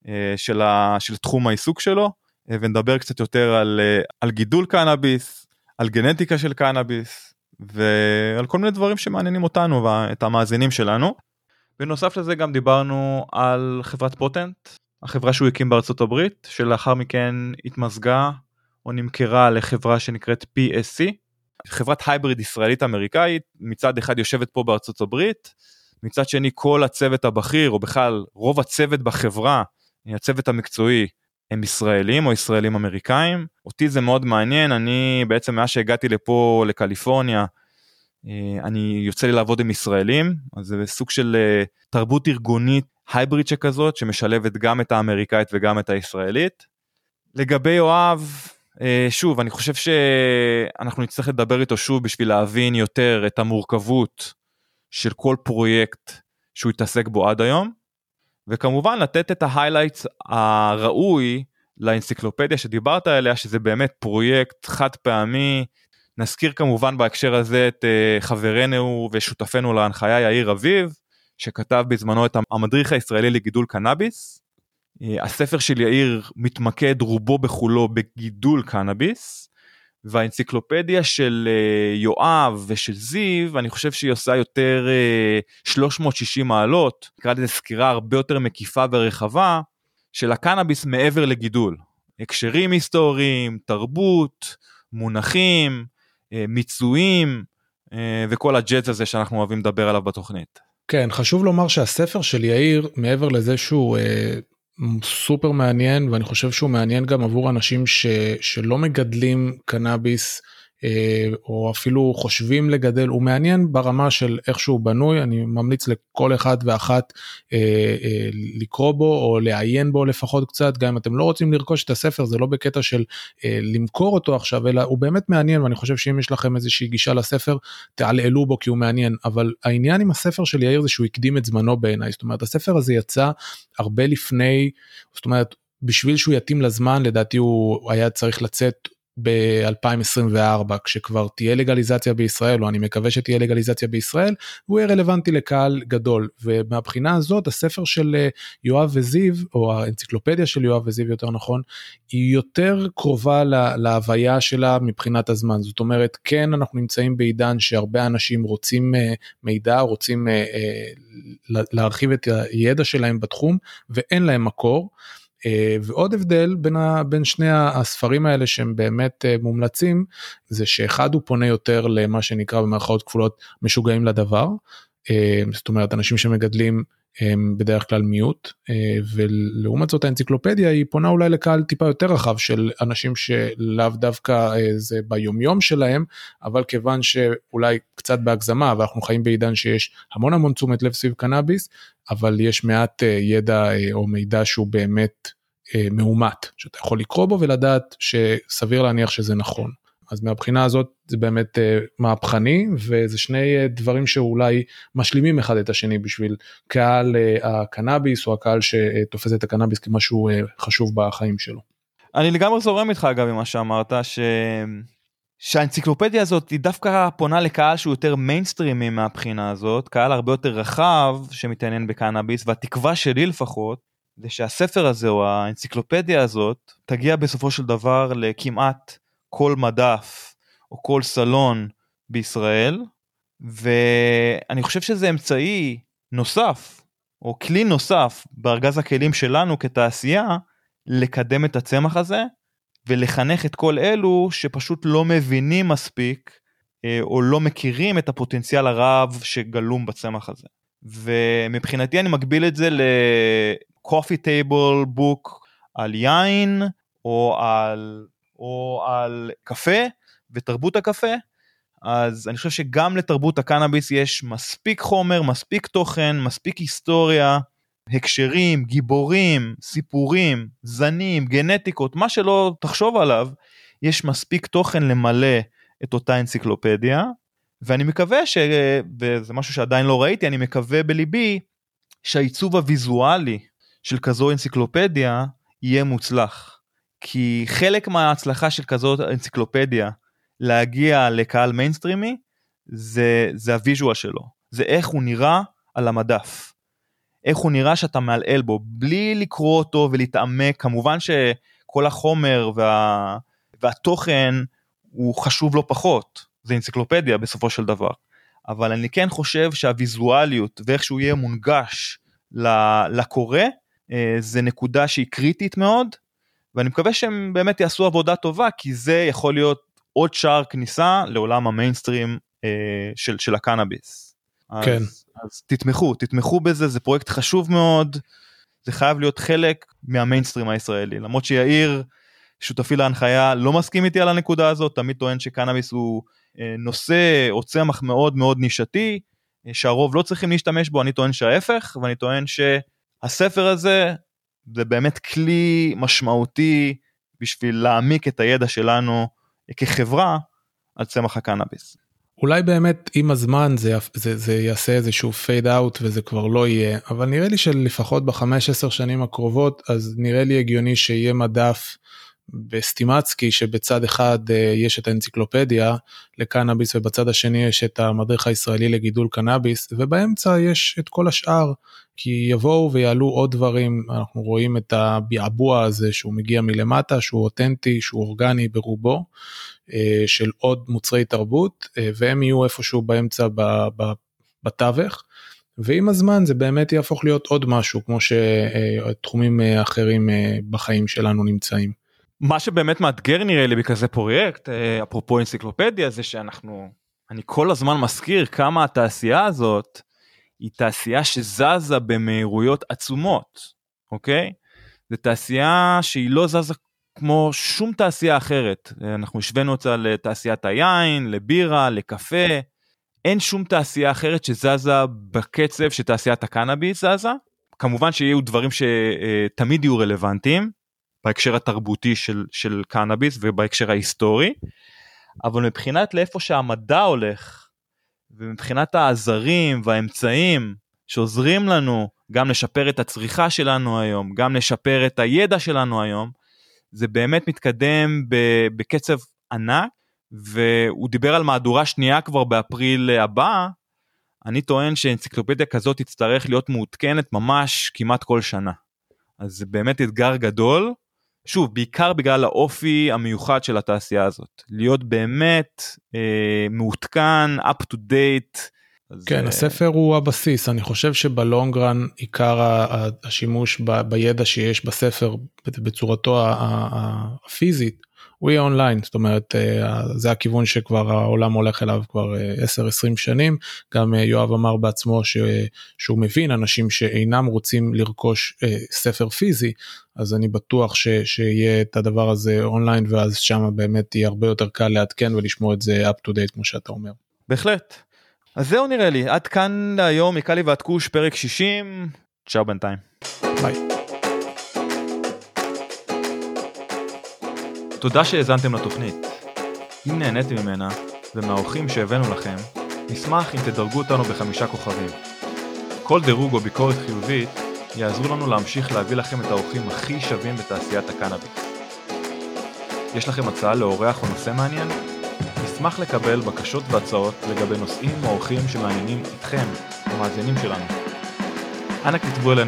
של תחום העיסוק שלו, ונדבר קצת יותר על גידול קנאביס, על גנטיקה של קנאביס, ועל כל מיני דברים שמעניינים אותנו ואת המאזינים שלנו. בנוסף לזה גם דיברנו על חברת פוטנט, החברה שהוא הקים בארצות הברית, שלאחר מכן התמזגה או נמכרה לחברה שנקראת PSC, חברת הייבריד ישראלית אמריקאית, מצד אחד יושבת פה בארצות הברית, מצד שני כל הצוות הבכיר, או בכלל רוב הצוות בחברה, הצוות המקצועי, הם ישראלים או ישראלים אמריקאים. אותי זה מאוד מעניין, אני בעצם מאז שהגעתי לפה לקליפורניה, אני יוצא לי לעבוד עם ישראלים, אז זה סוג של תרבות ארגונית הייבריד שכזאת, שמשלבת גם את האמריקאית וגם את הישראלית. לגבי יואב, שוב, אני חושב שאנחנו נצטרך לדבר איתו שוב בשביל להבין יותר את המורכבות של כל פרויקט שהוא התעסק בו עד היום, וכמובן לתת את ההיילייטס הראוי לאנציקלופדיה שדיברת עליה, שזה באמת פרויקט חד פעמי. נזכיר כמובן בהקשר הזה את חברנו ושותפנו להנחיה יאיר אביב, שכתב בזמנו את המדריך הישראלי לגידול קנאביס. הספר של יאיר מתמקד רובו בכולו בגידול קנאביס, והאנציקלופדיה של יואב ושל זיו, אני חושב שהיא עושה יותר 360 מעלות, נקרא לזה סקירה הרבה יותר מקיפה ורחבה, של הקנאביס מעבר לגידול. הקשרים היסטוריים, תרבות, מונחים, מיצויים, וכל הג'אז הזה שאנחנו אוהבים לדבר עליו בתוכנית. כן, חשוב לומר שהספר של יאיר, מעבר לזה שהוא סופר מעניין, ואני חושב שהוא מעניין גם עבור אנשים שלא מגדלים קנאביס, או אפילו חושבים לגדל, הוא מעניין ברמה של איך שהוא בנוי. אני ממליץ לכל אחד ואחת לקרוא בו, או לעיין בו לפחות קצת, גם אם אתם לא רוצים לרכוש את הספר, זה לא בקטע של למכור אותו עכשיו, אלא הוא באמת מעניין, ואני חושב שאם יש לכם איזושהי גישה לספר, תעלעלו בו כי הוא מעניין. אבל העניין עם הספר של יאיר זה שהוא הקדים את זמנו בעיניי, זאת אומרת, הספר הזה יצא הרבה לפני, זאת אומרת, בשביל שהוא יתאים לזמן, לדעתי הוא היה צריך לצאת ב-2024, כשכבר תהיה לגליזציה בישראל, או אני מקווה שתהיה לגליזציה בישראל, והוא יהיה רלוונטי לקהל גדול, ומהבחינה הזאת, הספר של יואב וזיו, או האנציקלופדיה של יואב וזיו יותר נכון, היא יותר קרובה להוויה שלה מבחינת הזמן. זאת אומרת, כן, אנחנו נמצאים בעידן שהרבה אנשים רוצים מידע, רוצים להרחיב את הידע שלהם בתחום, ואין להם מקור. ועוד הבדל בין שני הספרים האלה שהם באמת מומלצים, זה שאחד הוא פונה יותר למה שנקרא במרכאות כפולות משוגעים לדבר, זאת אומרת אנשים שמגדלים הם בדרך כלל מיעוט, ולעומת זאת האנציקלופדיה היא פונה אולי לקהל טיפה יותר רחב של אנשים שלאו דווקא זה ביומיום שלהם, אבל כיוון שאולי קצת בהגזמה, ואנחנו חיים בעידן שיש המון תשומת לב סביב קנאביס, אבל יש מעט ידע או מידע שהוא באמת מאומת, שאתה יכול לקרוא בו ולדעת שסביר להניח שזה נכון. אז מהבחינה הזאת זה באמת מהפכני, וזה שני דברים שאולי משלימים אחד את השני בשביל קהל הקנאביס, או הקהל שתופס את הקנאביס כמשהו חשוב בחיים שלו. אני לגמרי זורם איתך אגב עם מה שאמרת, שהאנציקלופדיה הזאת היא דווקא פונה לקהל שהוא יותר מיינסטרימי מהבחינה הזאת, קהל הרבה יותר רחב שמתעניין בקנאביס, והתקווה שלי לפחות, זה שהספר הזה או האנציקלופדיה הזאת תגיע בסופו של דבר לכמעט כל מדף או כל סלון בישראל, ואני חושב שזה אמצעי נוסף או כלי נוסף בארגז הכלים שלנו כתעשייה לקדם את הצמח הזה ולחנך את כל אלו שפשוט לא מבינים מספיק או לא מכירים את הפוטנציאל הרב שגלום בצמח הזה. ומבחינתי אני מקביל את זה לקופי טייבל בוק על יין או על קפה ותרבות הקפה. אז אני חושב שגם לתרבות הקנאביס יש מספיק חומר, מספיק תוכן, מספיק היסטוריה, הקשרים, גיבורים, סיפורים, זנים, גנטיקות, מה שלא תחשוב עליו, יש מספיק תוכן למלא את אותה אנציקלופדיה, ואני מקווה וזה משהו שעדיין לא ראיתי, אני מקווה בליבי, שהעיצוב הוויזואלי של כזו אנציקלופדיה יהיה מוצלח. כי חלק מההצלחה של כזו אנציקלופדיה, להגיע לקהל מיינסטרימי, זה הוויז'ואל שלו. זה איך הוא נראה על המדף. איך הוא נראה שאתה מעלעל בו, בלי לקרוא אותו ולהתעמק. כמובן שכל החומר והתוכן הוא חשוב לא פחות. זה אנציקלופדיה בסופו של דבר. אבל אני כן חושב שהוויזואליות ואיך שהוא יהיה מונגש לקורא, זה נקודה שהיא קריטית מאוד, ואני מקווה שהם באמת יעשו עבודה טובה, כי זה יכול להיות עוד שער כניסה לעולם המיינסטרים של הקנאביס. כן. אז תתמכו בזה, זה פרויקט חשוב מאוד, זה חייב להיות חלק מהמיינסטרים הישראלי, למרות שיאיר, שותפי להנחיה, לא מסכים איתי על הנקודה הזאת, תמיד טוען שקנאביס הוא נושא או צמח מאוד מאוד נישתי, שהרוב לא צריכים להשתמש בו, אני טוען שההפך, ואני טוען שהספר הזה, זה באמת כלי משמעותי, בשביל להעמיק את הידע שלנו, כחברה, על צמח הקנאביס. אולי באמת עם הזמן זה יעשה איזשהו פייד אאוט וזה כבר לא יהיה, אבל נראה לי שלפחות ב5-10 שנים הקרובות, אז נראה לי הגיוני שיהיה מדף בסטימצקי, שבצד אחד יש את האנציקלופדיה לקנאביס, ובצד השני יש את המדריך הישראלי לגידול קנאביס, ובאמצע יש את כל השאר, כי יבואו ויעלו עוד דברים, אנחנו רואים את הביעבוע הזה, שהוא מגיע מלמטה, שהוא אותנטי, שהוא אורגני ברובו, של עוד מוצרי תרבות, והם יהיו איפשהו באמצע בתווך, ועם הזמן זה באמת יהפוך להיות עוד משהו, כמו שתחומים אחרים בחיים שלנו נמצאים. מה שבאמת מאתגר נראה לי בכזה פרויקט, אפרופו אנציקלופדיה, זה אני כל הזמן מזכיר כמה התעשייה הזאת, היא תעשייה שזזה במהירויות עצומות, אוקיי? זו תעשייה שהיא לא זזה כמו שום תעשייה אחרת, אנחנו השווינו אותה לתעשיית היין, לבירה, לקפה, אין שום תעשייה אחרת שזזה בקצב שתעשיית הקנאביס זזה, כמובן שיהיו דברים שתמיד יהיו רלוונטיים, בהקשר התרבותי של קנאביס ובהקשר ההיסטורי, אבל מבחינת לאיפה שהמדע הולך, ומבחינת העזרים והאמצעים שעוזרים לנו גם לשפר את הצריכה שלנו היום, גם לשפר את הידע שלנו היום, זה באמת מתקדם בקצב ענק, והוא דיבר על מהדורה שנייה כבר באפריל הבא, אני טוען שאנציקלופדיה כזאת תצטרך להיות מעודכנת ממש כמעט כל שנה. אז זה באמת אתגר גדול, שוב, בעיקר בגלל האופי המיוחד של התעשייה הזאת, להיות באמת מעודכן, up to date. כן, הספר הוא הבסיס, אני חושב שבלונגרן עיקר השימוש בידע שיש בספר בצורתו הפיזית, הוא יהיה אונליין, זאת אומרת, זה הכיוון שכבר העולם הולך אליו כבר 10-20 שנים, גם יואב אמר בעצמו שהוא מבין אנשים שאינם רוצים לרכוש ספר פיזי, אז אני בטוח שיהיה את הדבר הזה אונליין, ואז שם באמת יהיה הרבה יותר קל לעדכן ולשמוע את זה up to date, כמו שאתה אומר. בהחלט. אז זהו נראה לי, עד כאן היום, מקלי ועד כוש, פרק 60, צ'או בינתיים. ביי. תודה שהאזנתם לתוכנית. אם נהניתם ממנה, ומהאורחים שהבאנו לכם, נשמח אם תדרגו אותנו ב5 כוכבים. כל דירוג או ביקורת חיובית, יעזרו לנו להמשיך להביא לכם את האורחים הכי שווים בתעשיית הקנאביס. יש לכם הצעה לאורח או נושא מעניין? נשמח לקבל בקשות והצעות לגבי נושאים או אורחים שמעניינים אתכם, המאזינים שלנו. אנא כתבו אלינו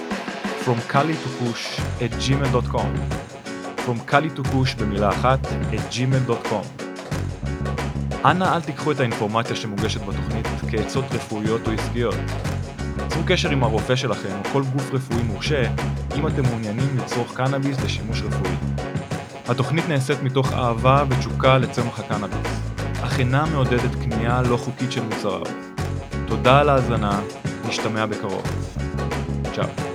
fromkali2kush@gmail.com fromkali2kush במילה אחת @gmail.com. אנא אל תיקחו את האינפורמציה שמוגשת בתוכנית כעצות רפואיות או עסקיות. צרו קשר עם הרופא שלכם או כל גוף רפואי מורשה אם אתם מעוניינים לצרוך קנאביס לשימוש רפואי. התוכנית נעשית מתוך אהבה ותשוקה לצמח הקנאביס, אך אינה מעודדת קנייה לא חוקית של מוצריו. תודה על ההאזנה, נשתמע בקרוב. צ'או.